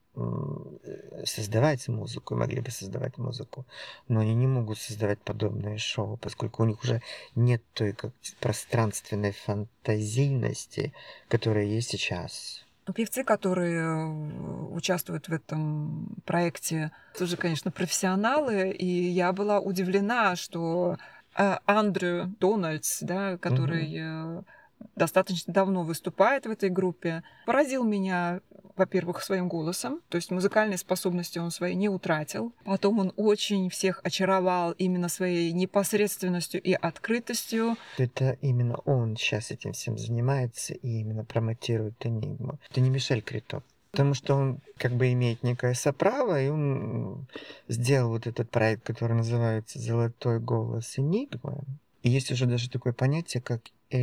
создавать музыку, могли бы создавать музыку, но они не могут создавать подобные шоу, поскольку у них уже нет той как пространственной фантазийности, которая есть сейчас. Певцы, которые участвуют в этом проекте, тоже, конечно, профессионалы, и я была удивлена, что Андрю Дональдс, да, который достаточно давно выступает в этой группе. Поразил меня, во-первых, своим голосом, то есть музыкальные способности он свои не утратил. Потом он очень всех очаровал именно своей непосредственностью и открытостью. Это именно он сейчас этим всем занимается и именно промотирует Энигму. Это не Мишель Крито. Потому что он как бы имеет некое соправо, и он сделал вот этот проект, который называется «Золотой голос Энигмы». И есть уже даже такое понятие, как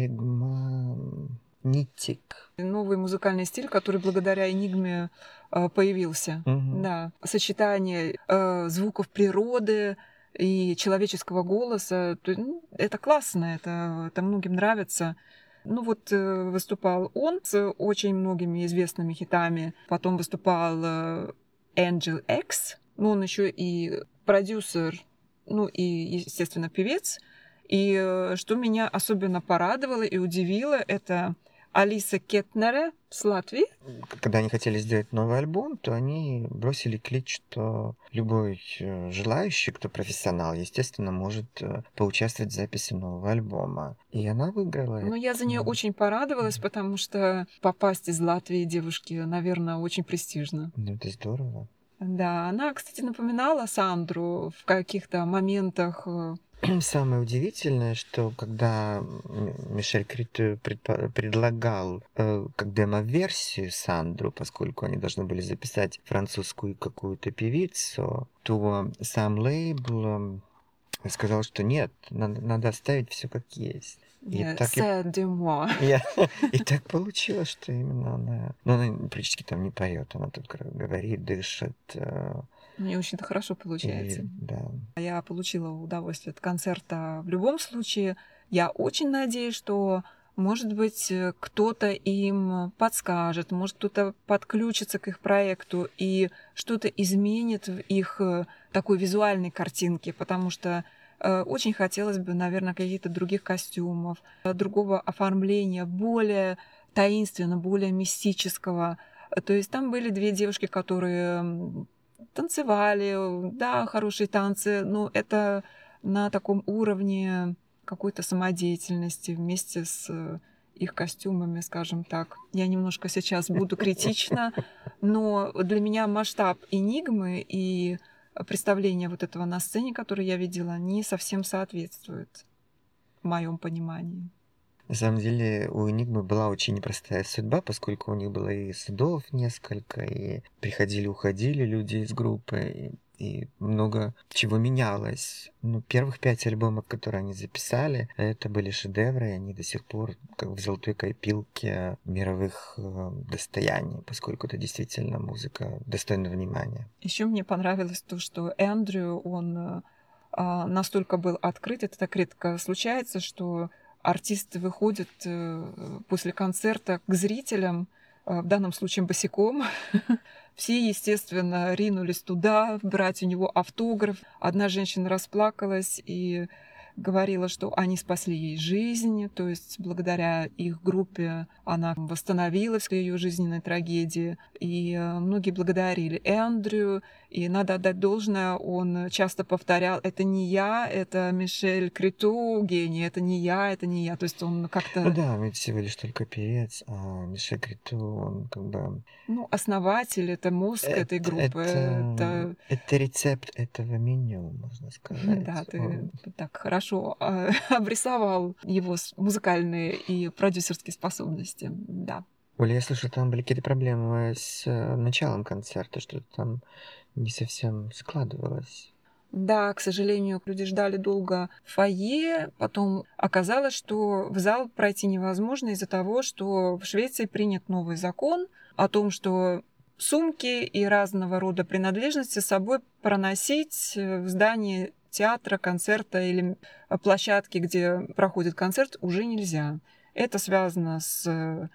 эгмонитик. Новый музыкальный стиль, который благодаря Энигме появился. Да. Сочетание звуков природы и человеческого голоса. Это классно, это многим нравится. Выступал он с очень многими известными хитами. Потом выступал Angel X. Он еще и продюсер, и, естественно, певец. И что меня особенно порадовало и удивило, это Алиса Кетнере с Латвии. Когда они хотели сделать новый альбом, то они бросили клич, что любой желающий, кто профессионал, естественно, может поучаствовать в записи нового альбома. И она выиграла. Я за нее очень порадовалась, потому что попасть из Латвии девушке, наверное, очень престижно. Это здорово. Да, она, кстати, напоминала Сандру в каких-то моментах. Самое удивительное, что когда Мишель Крито предлагал как демо-версию Сандру, поскольку они должны были записать французскую какую-то певицу, то сам лейбл сказал, что нет, надо оставить все как есть. И так получилось, что именно она... она практически там не поет, она только говорит, дышит. Мне очень хорошо получается. Да. Я получила удовольствие от концерта в любом случае. Я очень надеюсь, что, может быть, кто-то им подскажет, может, кто-то подключится к их проекту и что-то изменит в их такой визуальной картинке, потому что очень хотелось бы, наверное, каких-то других костюмов, другого оформления, более таинственно, более мистического. То есть там были две девушки, которые танцевали, да, хорошие танцы, но это на таком уровне какой-то самодеятельности вместе с их костюмами, скажем так. Я немножко сейчас буду критична, но для меня масштаб Энигмы и представление вот этого на сцене, которое я видела, не совсем соответствует в моем понимании. На самом деле у Энигмы была очень непростая судьба, поскольку у них было и судов несколько, и приходили-уходили люди из группы, и много чего менялось. Первых 5 альбомов, которые они записали, это были шедевры, и они до сих пор как в золотой копилке мировых достояний, поскольку это действительно музыка достойна внимания. Еще мне понравилось то, что Эндрю, он настолько был открыт, это так редко случается, что артисты выходят после концерта к зрителям, в данном случае босиком. Все, естественно, ринулись туда, брать у него автограф. Одна женщина расплакалась и говорила, что они спасли ей жизнь, то есть благодаря их группе она восстановилась в ее жизненной трагедии. И многие благодарили Эндрю, и надо отдать должное, он часто повторял: это не я, это Мишель Крито, гений, это не я, это не я. То есть он как-то... Да, ведь всего лишь только певец, а Мишель Крито, он как бы... основатель, это мозг этой группы. Это рецепт этого меню, можно сказать. Да, ты так хорошо обрисовал его музыкальные и продюсерские способности, да. Оля, я слышу, там были какие-то проблемы с началом концерта, что-то там не совсем складывалось. Да, к сожалению, люди ждали долго в фойе, потом оказалось, что в зал пройти невозможно из-за того, что в Швеции принят новый закон о том, что сумки и разного рода принадлежности с собой проносить в здание театра, концерта или площадки, где проходит концерт, уже нельзя. Это связано с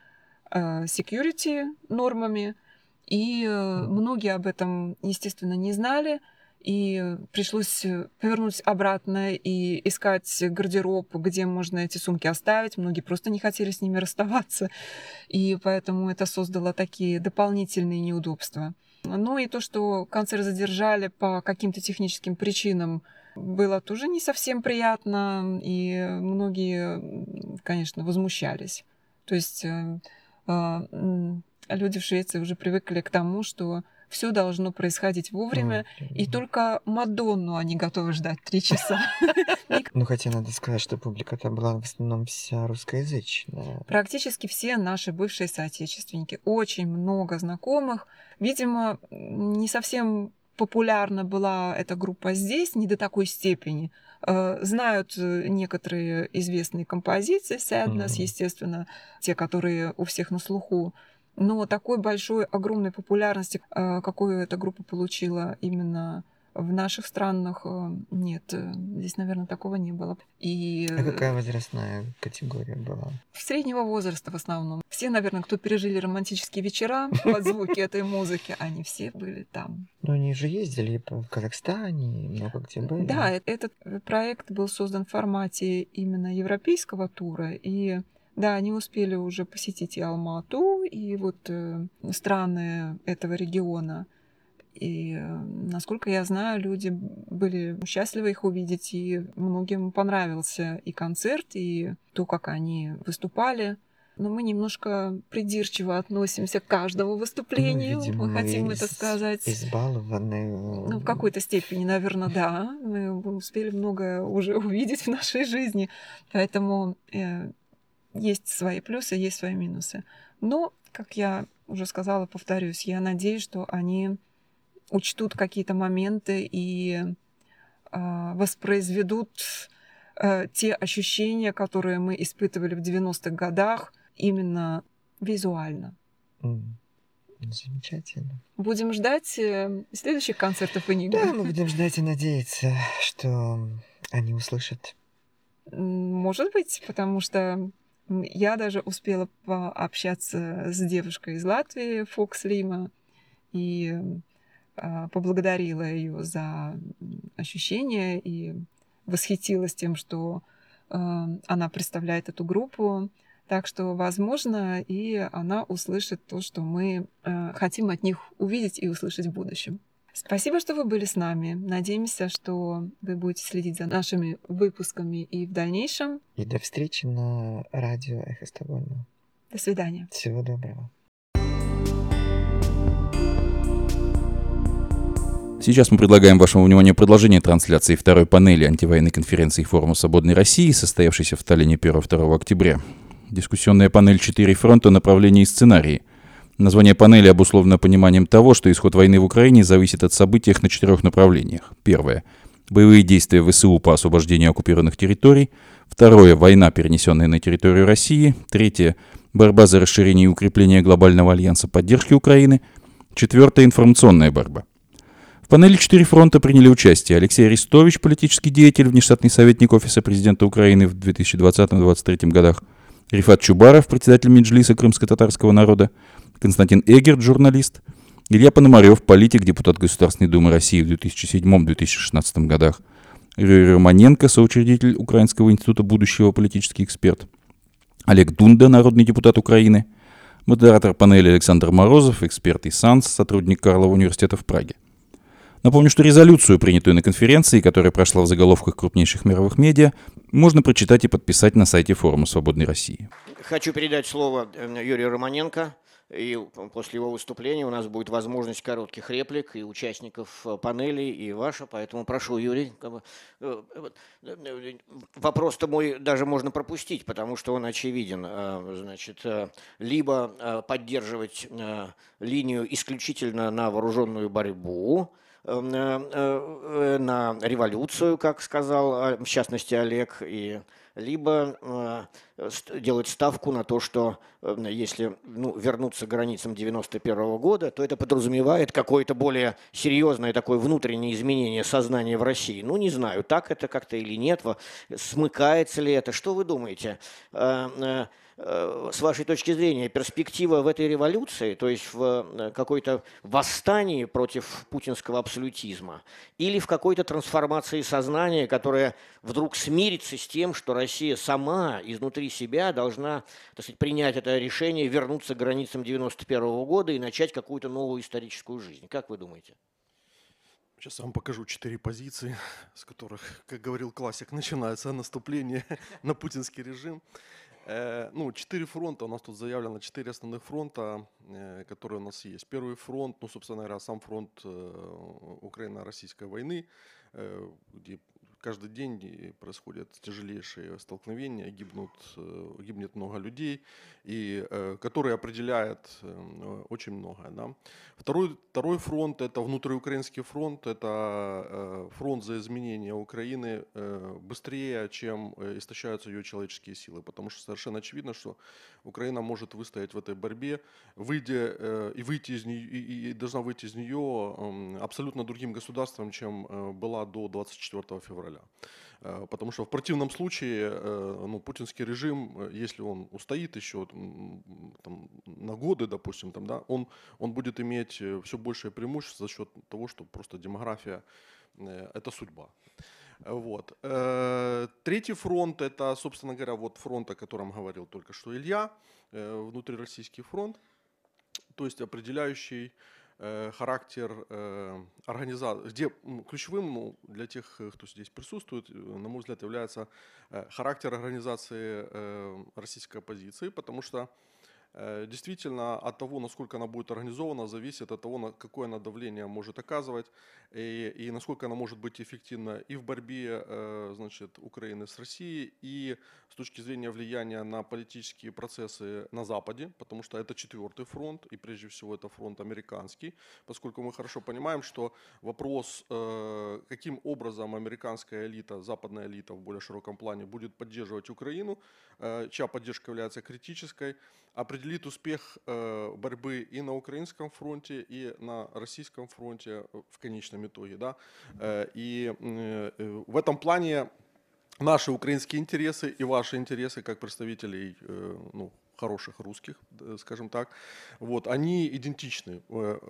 security нормами, и многие об этом, естественно, не знали, и пришлось повернуть обратно и искать гардероб, где можно эти сумки оставить. Многие просто не хотели с ними расставаться, и поэтому это создало такие дополнительные неудобства. Ну и то, что концерт задержали по каким-то техническим причинам, было тоже не совсем приятно, и многие, конечно, возмущались. То есть люди в Швеции уже привыкли к тому, что все должно происходить вовремя, и только Мадонну они готовы ждать 3 часа. Ну, хотя надо сказать, что публика-то была в основном вся русскоязычная. Практически все наши бывшие соотечественники, очень много знакомых. Видимо, не совсем популярна была эта группа здесь, не до такой степени. Знают некоторые известные композиции Sadness, естественно, те, которые у всех на слуху. Но такой большой, огромной популярности, какую эта группа получила именно в наших странах, нет, здесь, наверное, такого не было. А какая возрастная категория была? Среднего возраста в основном. Все, наверное, кто пережили романтические вечера под звуки этой музыки, они все были там. Ну, они же ездили в Казахстане, много где были. Да, этот проект был создан в формате именно европейского тура, и да, они успели уже посетить и Алма-Ату, и вот страны этого региона. И, насколько я знаю, люди были счастливы их увидеть, и многим понравился и концерт, и то, как они выступали. Но мы немножко придирчиво относимся к каждому выступлению. Ну, видимо, мы хотим это сказать. Избалованы. Ну, в какой-то степени, наверное, да. Мы успели многое уже увидеть в нашей жизни. Поэтому есть свои плюсы, есть свои минусы. Но, как я уже сказала, повторюсь, я надеюсь, что они учтут какие-то моменты и воспроизведут те ощущения, которые мы испытывали в 90-х годах, именно визуально. Замечательно. Будем ждать следующих концертов Энигмы. Да, мы будем ждать и надеяться, что они услышат. Может быть, потому что я даже успела пообщаться с девушкой из Латвии, Фокс Лима, и поблагодарила ее за ощущения и восхитилась тем, что она представляет эту группу. Так что, возможно, и она услышит то, что мы хотим от них увидеть и услышать в будущем. Спасибо, что вы были с нами. Надеемся, что вы будете следить за нашими выпусками и в дальнейшем. И до встречи на радио Эхо Стокгольма. До свидания. Всего доброго. Сейчас мы предлагаем вашему вниманию продолжение трансляции второй панели антивоенной конференции Форума Свободной России, состоявшейся в Таллине 1-2 октября. Дискуссионная панель «4 фронта. Направления и сценарии». Название панели обусловлено пониманием того, что исход войны в Украине зависит от событий на 4 направлениях. Первое. Боевые действия ВСУ по освобождению оккупированных территорий. Второе. Война, перенесенная на территорию России. Третье. Борьба за расширение и укрепление глобального альянса поддержки Украины. Четвертое. Информационная борьба. В панели «4 фронта» приняли участие Алексей Арестович, политический деятель, внештатный советник Офиса президента Украины в 2020-2023 годах, Рифат Чубаров, председатель Меджлиса крымско-татарского народа, Константин Эгерт, журналист, Илья Пономарев, политик, депутат Государственной Думы России в 2007-2016 годах, Юрий Романенко, соучредитель Украинского института будущего, политический эксперт, Олег Дунда, народный депутат Украины, модератор панели Александр Морозов, эксперт ИСАНС, сотрудник Карлова университета в Праге. Напомню, что резолюцию, принятую на конференции, которая прошла в заголовках крупнейших мировых медиа, можно прочитать и подписать на сайте Форума Свободной России. Хочу передать слово Юрию Романенко. И после его выступления у нас будет возможность коротких реплик и участников панели, и ваша. Поэтому прошу, Юрий. Вопрос-то мой даже можно пропустить, потому что он очевиден. Значит, либо поддерживать линию исключительно на вооруженную борьбу, на революцию, как сказал, в частности, Олег, и либо делать ставку на то, что если вернуться к границам 91 года, то это подразумевает какое-то более серьезное такое внутреннее изменение сознания в России. Ну, не знаю, так это как-то или нет, смыкается ли это. Что вы думаете? С вашей точки зрения, перспектива в этой революции, то есть в какой-то восстании против путинского абсолютизма, или в какой-то трансформации сознания, которая вдруг смирится с тем, что Россия сама изнутри себя должна, так сказать, принять это решение, вернуться к границам 91 года и начать какую-то новую историческую жизнь? Как вы думаете? Сейчас я вам покажу 4 позиции, с которых, как говорил классик, начинается наступление на путинский режим. Ну, 4 фронта, у нас тут заявлено 4 основных фронта, которые у нас есть. Первый фронт, ну, собственно говоря, сам фронт Украино-российской войны, где каждый день происходят тяжелейшие столкновения, гибнет много людей, и который определяет очень многое. Да. Второй фронт – это внутриукраинский фронт, это фронт за изменение Украины быстрее, чем истощаются ее человеческие силы, потому что совершенно очевидно, что Украина может выстоять в этой борьбе, выйти из нее, и должна выйти из нее абсолютно другим государством, чем была до 24 февраля. Потому что в противном случае ну, путинский режим, если он устоит еще там, на годы, допустим, там, да, он будет иметь все большее преимущество за счет того, что просто демография это судьба. Вот. Третий фронт, это, собственно говоря, вот фронт, о котором говорил только что Илья, внутрироссийский фронт, то есть определяющий характер организации, где ключевым для тех, кто здесь присутствует, на мой взгляд, является характер организации российской оппозиции, потому что действительно от того, насколько она будет организована, зависит от того, какое она давление может оказывать и насколько она может быть эффективна и в борьбе, значит, Украины с Россией, и с точки зрения влияния на политические процессы на Западе, потому что это четвертый фронт, и прежде всего это фронт американский, поскольку мы хорошо понимаем, что вопрос, каким образом американская элита, западная элита в более широком плане будет поддерживать Украину, чья поддержка является критической, определит успех борьбы и на украинском фронте, и на российском фронте в конечном итоге. Да? И в этом плане наши украинские интересы и ваши интересы как представителей ну, хороших русских, скажем так, вот, они идентичны.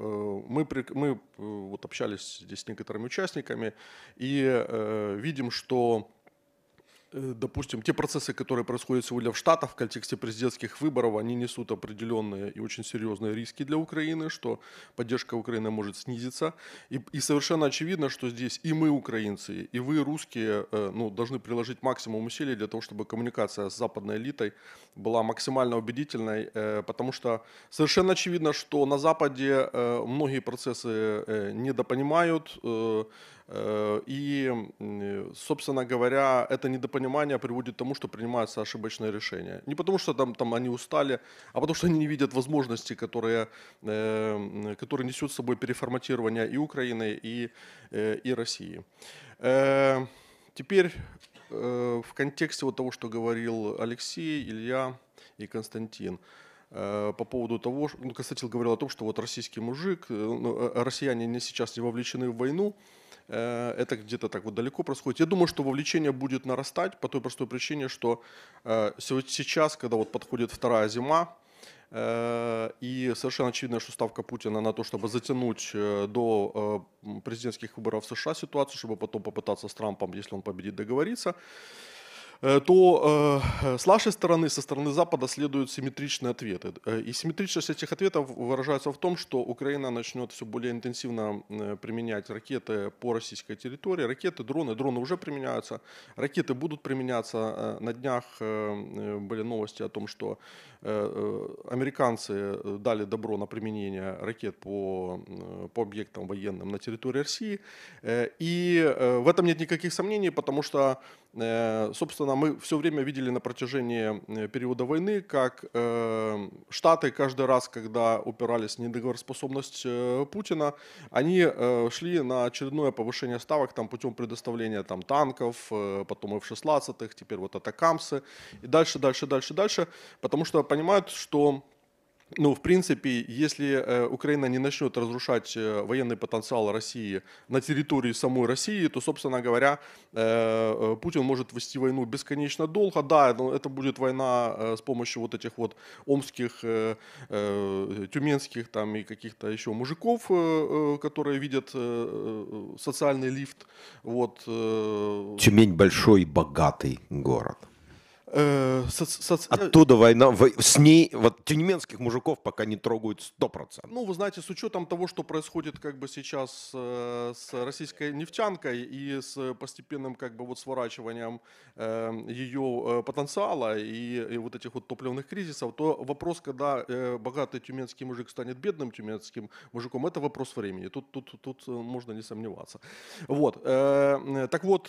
Мы вот общались здесь с некоторыми участниками и видим, что допустим, те процессы, которые происходят сегодня в Штатах в контексте президентских выборов, они несут определенные и очень серьезные риски для Украины, что поддержка Украины может снизиться. И совершенно очевидно, что здесь и мы, украинцы, и вы, русские, ну, должны приложить максимум усилий для того, чтобы коммуникация с западной элитой была максимально убедительной, потому что совершенно очевидно, что на Западе многие процессы недопонимают, и, собственно говоря, это недопонимание приводит к тому, что принимаются ошибочные решения. Не потому, что там они устали, а потому, что они не видят возможности, которые несет с собой переформатирование и Украины, и России. Теперь в контексте вот того, что говорил Алексей, Илья и Константин. По поводу того, ну, Константин говорил о том, что вот российский мужик, россияне сейчас не вовлечены в войну, это где-то так вот далеко происходит. Я думаю, что вовлечение будет нарастать по той простой причине, что сейчас, когда вот подходит вторая зима, и совершенно очевидно, что ставка Путина на то, чтобы затянуть до президентских выборов в США ситуацию, чтобы потом попытаться с Трампом, если он победит, договориться, то с нашей стороны, со стороны Запада следуют симметричные ответы. И симметричность этих ответов выражается в том, что Украина начнет все более интенсивно применять ракеты по российской территории. Ракеты, дроны уже применяются, ракеты будут применяться. На днях были новости о том, что американцы дали добро на применение ракет по объектам военным на территории России. И в этом нет никаких сомнений, потому что, собственно, мы все время видели на протяжении периода войны, как Штаты каждый раз, когда упирались в недоговороспособность Путина, они шли на очередное повышение ставок там, путем предоставления там, танков, потом F-16, теперь вот атакамсы и дальше, потому что понимают, что ну, в принципе, если Украина не начнет разрушать военный потенциал России на территории самой России, то, собственно говоря, Путин может вести войну бесконечно долго. Да, но это будет война с помощью вот этих вот омских, тюменских там и каких-то еще мужиков, которые видят социальный лифт. Вот. Тюмень большой, богатый город. Оттуда война, с ней, вот тюменских мужиков пока не трогают 100%. Ну, вы знаете, с учетом того, что происходит как бы сейчас с российской нефтянкой и с постепенным как бы вот сворачиванием ее потенциала и вот этих вот топливных кризисов, то вопрос, когда богатый тюменский мужик станет бедным тюменским мужиком, это вопрос времени. Тут можно не сомневаться. Вот. Так вот,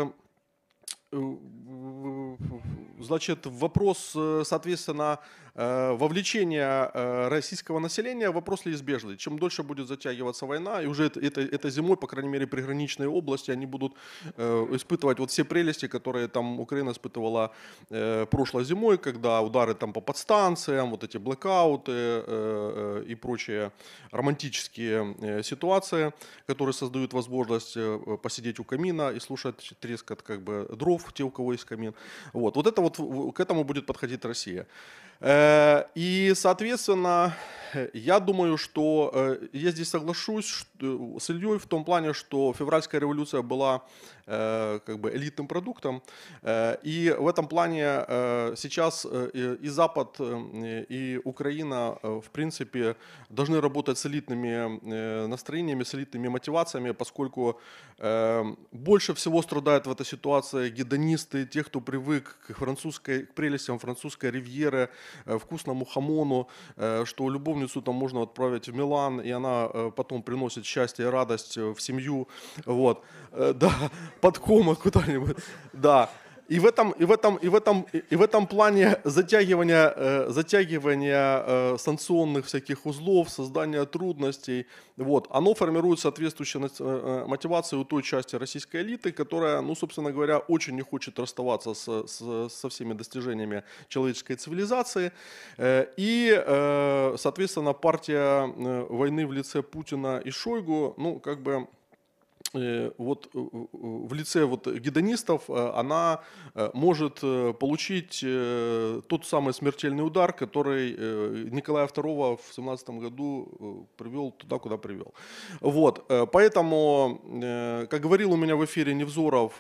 значит, вопрос, соответственно, вовлечения российского населения, вопрос неизбежный. Чем дольше будет затягиваться война, и уже это зимой, по крайней мере, приграничные области, они будут испытывать вот все прелести, которые там Украина испытывала прошлой зимой, когда удары там по подстанциям, вот эти блэкауты и прочие романтические ситуации, которые создают возможность посидеть у камина и слушать трескот как бы дров, те, у кого есть камин. Вот это вот к этому будет подходить Россия. И, соответственно, я думаю, что я здесь соглашусь с Ильей в том плане, что февральская революция была как бы элитным продуктом. И в этом плане сейчас и Запад, и Украина, в принципе, должны работать с элитными настроениями, с элитными мотивациями, поскольку больше всего страдают в этой ситуации гедонисты, те, кто привык к прелестям французской ривьеры, вкусному хамону, что любовницу там можно отправить в Милан, и она потом приносит счастье и радость в семью, вот, да, под комод куда-нибудь, да. И в этом плане затягивание санкционных всяких узлов, создание трудностей, вот, оно формирует соответствующую мотивацию у той части российской элиты, которая, ну, собственно говоря, очень не хочет расставаться со всеми достижениями человеческой цивилизации. И, соответственно, партия войны в лице Путина и Шойгу, ну, как бы, вот в лице вот гедонистов она может получить тот самый смертельный удар, который Николая II в 17 году привел туда, куда привел. Вот, поэтому, как говорил у меня в эфире Невзоров,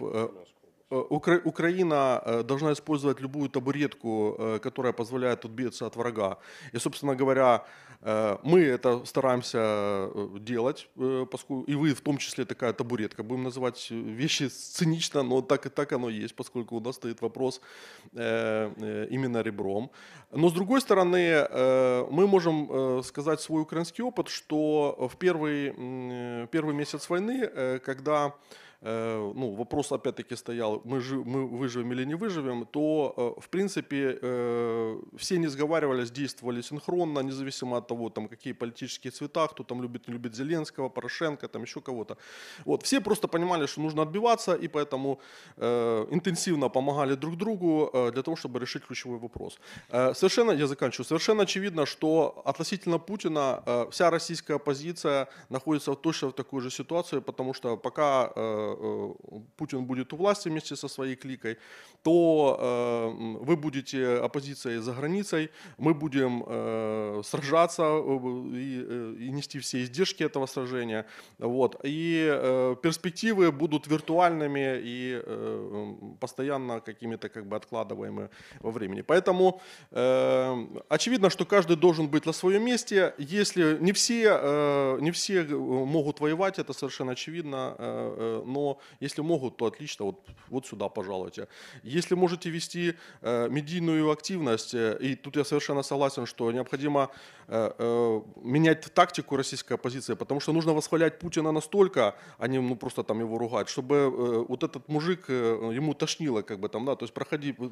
Украина должна использовать любую табуретку, которая позволяет отбиться от врага. И, собственно говоря, мы это стараемся делать, поскольку, и вы в том числе такая табуретка. Будем называть вещи цинично, но так оно есть, поскольку у нас стоит вопрос именно ребром. Но с другой стороны, мы можем сказать свой украинский опыт, что в первый месяц войны, когда ну, вопрос опять-таки стоял, мы выживем или не выживем, то, в принципе, все не сговаривались, действовали синхронно, независимо от того, там, какие политические цвета, кто там любит, не любит Зеленского, Порошенко, там еще кого-то. Вот, все просто понимали, что нужно отбиваться, и поэтому интенсивно помогали друг другу для того, чтобы решить ключевой вопрос. Я заканчиваю. Совершенно очевидно, что относительно Путина вся российская оппозиция находится точно в такой же ситуации, потому что пока Путин будет у власти вместе со своей кликой, то вы будете оппозицией за границей, мы будем сражаться и нести все издержки этого сражения. Вот. И перспективы будут виртуальными и постоянно какими-то как бы откладываемыми во времени. Поэтому очевидно, что каждый должен быть на своем месте. Если не все могут воевать, это совершенно очевидно, но если могут, то отлично, вот сюда пожалуйте. Если можете вести медийную активность, и тут я совершенно согласен, что необходимо менять тактику российской оппозиции, потому что нужно восхвалять Путина настолько, а не просто там его ругать, чтобы вот этот мужик, ему тошнило, как бы там, да, то есть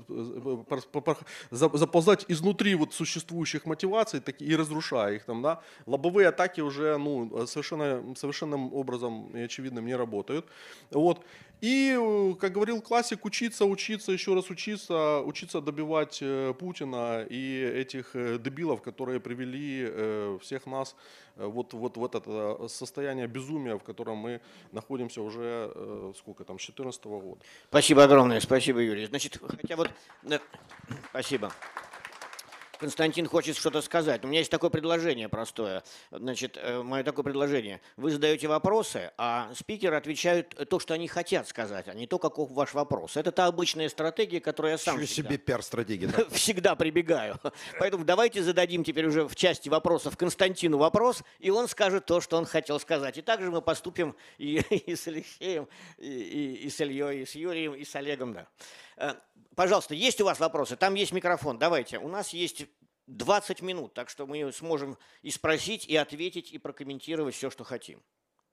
заползать изнутри вот существующих мотиваций и разрушая их там, да. Лобовые атаки уже, ну, совершенным образом и очевидным не работают. Вот. И, как говорил классик, учиться, еще раз учиться добивать Путина и этих дебилов, которые привели всех нас вот в это состояние безумия, в котором мы находимся уже, сколько там, с 2014 года. Спасибо огромное, спасибо, Юрий. Значит, хотя вот... Спасибо. Константин хочет что-то сказать. У меня есть такое предложение простое. Значит, мое такое предложение. Вы задаете вопросы, а спикеры отвечают то, что они хотят сказать, а не то, каков ваш вопрос. Это та обычная стратегия, которую я сам себе пиар-стратегия, да? Всегда прибегаю. Поэтому давайте зададим теперь уже в части вопросов Константину вопрос, и он скажет то, что он хотел сказать. И также мы поступим и с Алексеем, и с Ильей, и с Юрием, и с Олегом. Да. Пожалуйста, есть у вас вопросы? Там есть микрофон. Давайте. У нас есть 20 минут, так что мы сможем и спросить, и ответить, и прокомментировать все, что хотим.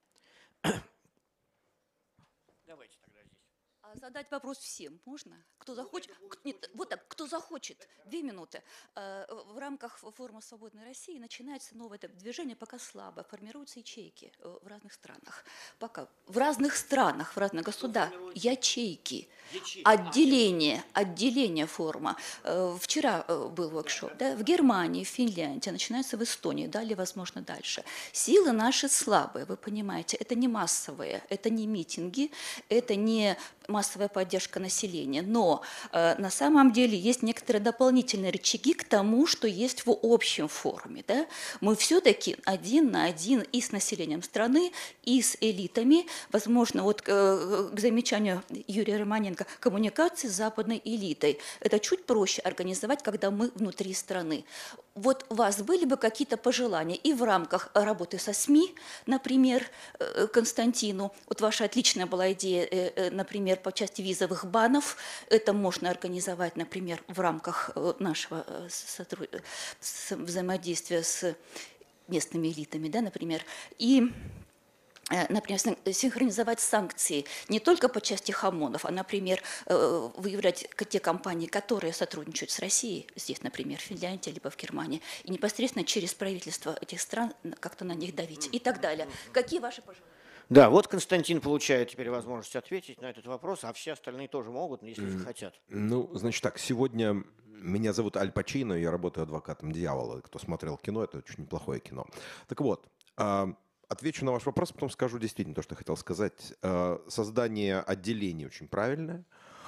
Давайте тогда здесь. Задать вопрос всем можно? Кто захочет? Нет, вот так, кто захочет. 2 минуты. В рамках форума «Свободной России» начинается новое движение, пока слабо. Формируются ячейки в разных странах. Пока в разных странах, в разных государствах. Ячейки. Отделение форума. Вчера был воркшоп. Да? В Германии, в Финляндии, начинается в Эстонии, далее, возможно, дальше. Силы наши слабые, вы понимаете. Это не массовые, это не митинги, это не массовая поддержка населения. Но на самом деле есть некоторые дополнительные рычаги к тому, что есть в общем форуме. Да? Мы все-таки один на один и с населением страны, и с элитами. Возможно, вот к замечанию Юрия Романенко, коммуникации с западной элитой. Это чуть проще организовать, когда мы внутри страны. Вот у вас были бы какие-то пожелания и в рамках работы со СМИ, например, Константину, вот ваша отличная была идея, например, по части визовых банов, это можно организовать, например, в рамках нашего взаимодействия с местными элитами, да, например, и например, синхронизовать санкции не только по части ХАМОНов, а, например, выявлять те компании, которые сотрудничают с Россией, здесь, например, в Финляндии, либо в Германии, и непосредственно через правительство этих стран как-то на них давить и так далее. Какие ваши пожелания? Да, вот Константин получает теперь возможность ответить на этот вопрос, а все остальные тоже могут, если захотят. Ну, значит так, сегодня меня зовут Аль Пачино, я работаю адвокатом дьявола. Кто смотрел кино, это очень неплохое кино. Так вот, отвечу на ваш вопрос, потом скажу действительно то, что я хотел сказать. Создание отделений очень правильное.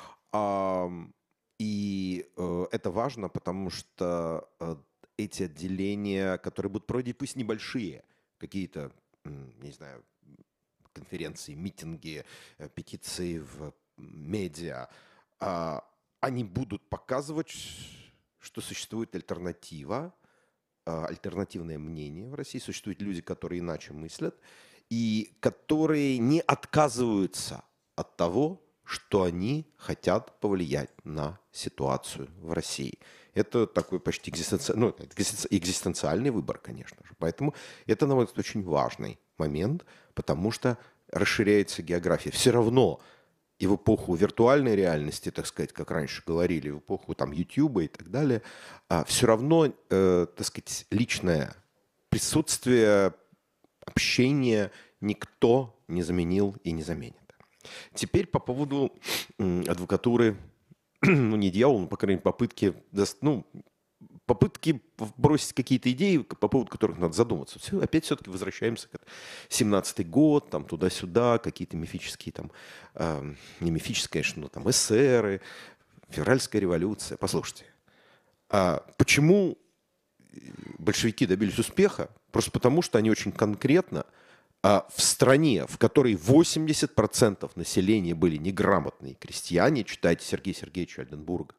И это важно, потому что эти отделения, которые будут проводить, пусть небольшие, какие-то, не знаю, конференции, митинги, петиции в медиа, они будут показывать, что существует альтернатива, альтернативное мнение в России. Существуют люди, которые иначе мыслят, и которые не отказываются от того, что они хотят повлиять на ситуацию в России. Это такой почти экзистенциальный выбор, конечно же. Поэтому это, на мой взгляд, очень важный момент, потому что расширяется география. Все равно и в эпоху виртуальной реальности, так сказать, как раньше говорили, в эпоху там Ютуба и так далее, все равно, так сказать, личное присутствие, общение никто не заменил и не заменит. Теперь по поводу адвокатуры, ну не дьявола, но, по крайней мере, попытки бросить какие-то идеи, по поводу которых надо задуматься. Опять все-таки возвращаемся к 17-й год, там туда-сюда, какие-то мифические, там, не мифические, конечно, но там эсеры, февральская революция. Послушайте, почему большевики добились успеха? Просто потому, что они очень конкретно в стране, в которой 80% населения были неграмотные крестьяне, читайте Сергея Сергеевича Ольденбурга,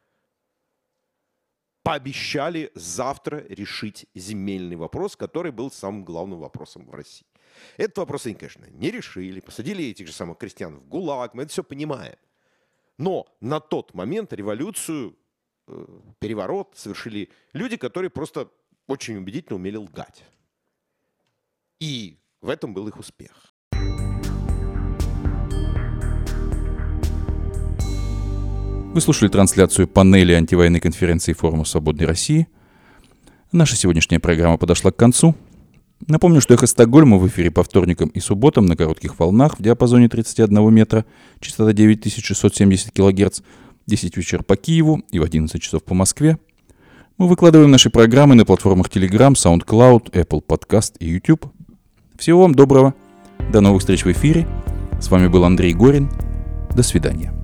пообещали завтра решить земельный вопрос, который был самым главным вопросом в России. Этот вопрос они, конечно, не решили, посадили этих же самых крестьян в ГУЛАГ, мы это все понимаем. Но на тот момент революцию, переворот совершили люди, которые просто очень убедительно умели лгать. И в этом был их успех. Вы слушали трансляцию панели антивоенной конференции форума «Свободной России». Наша сегодняшняя программа подошла к концу. Напомню, что «Эхо Стокгольма» в эфире по вторникам и субботам на коротких волнах в диапазоне 31 метра, частота 9670 кГц, 10 вечера по Киеву и в 11 часов по Москве. Мы выкладываем наши программы на платформах Telegram, SoundCloud, Apple Podcast и YouTube. Всего вам доброго. До новых встреч в эфире. С вами был Андрей Горин. До свидания.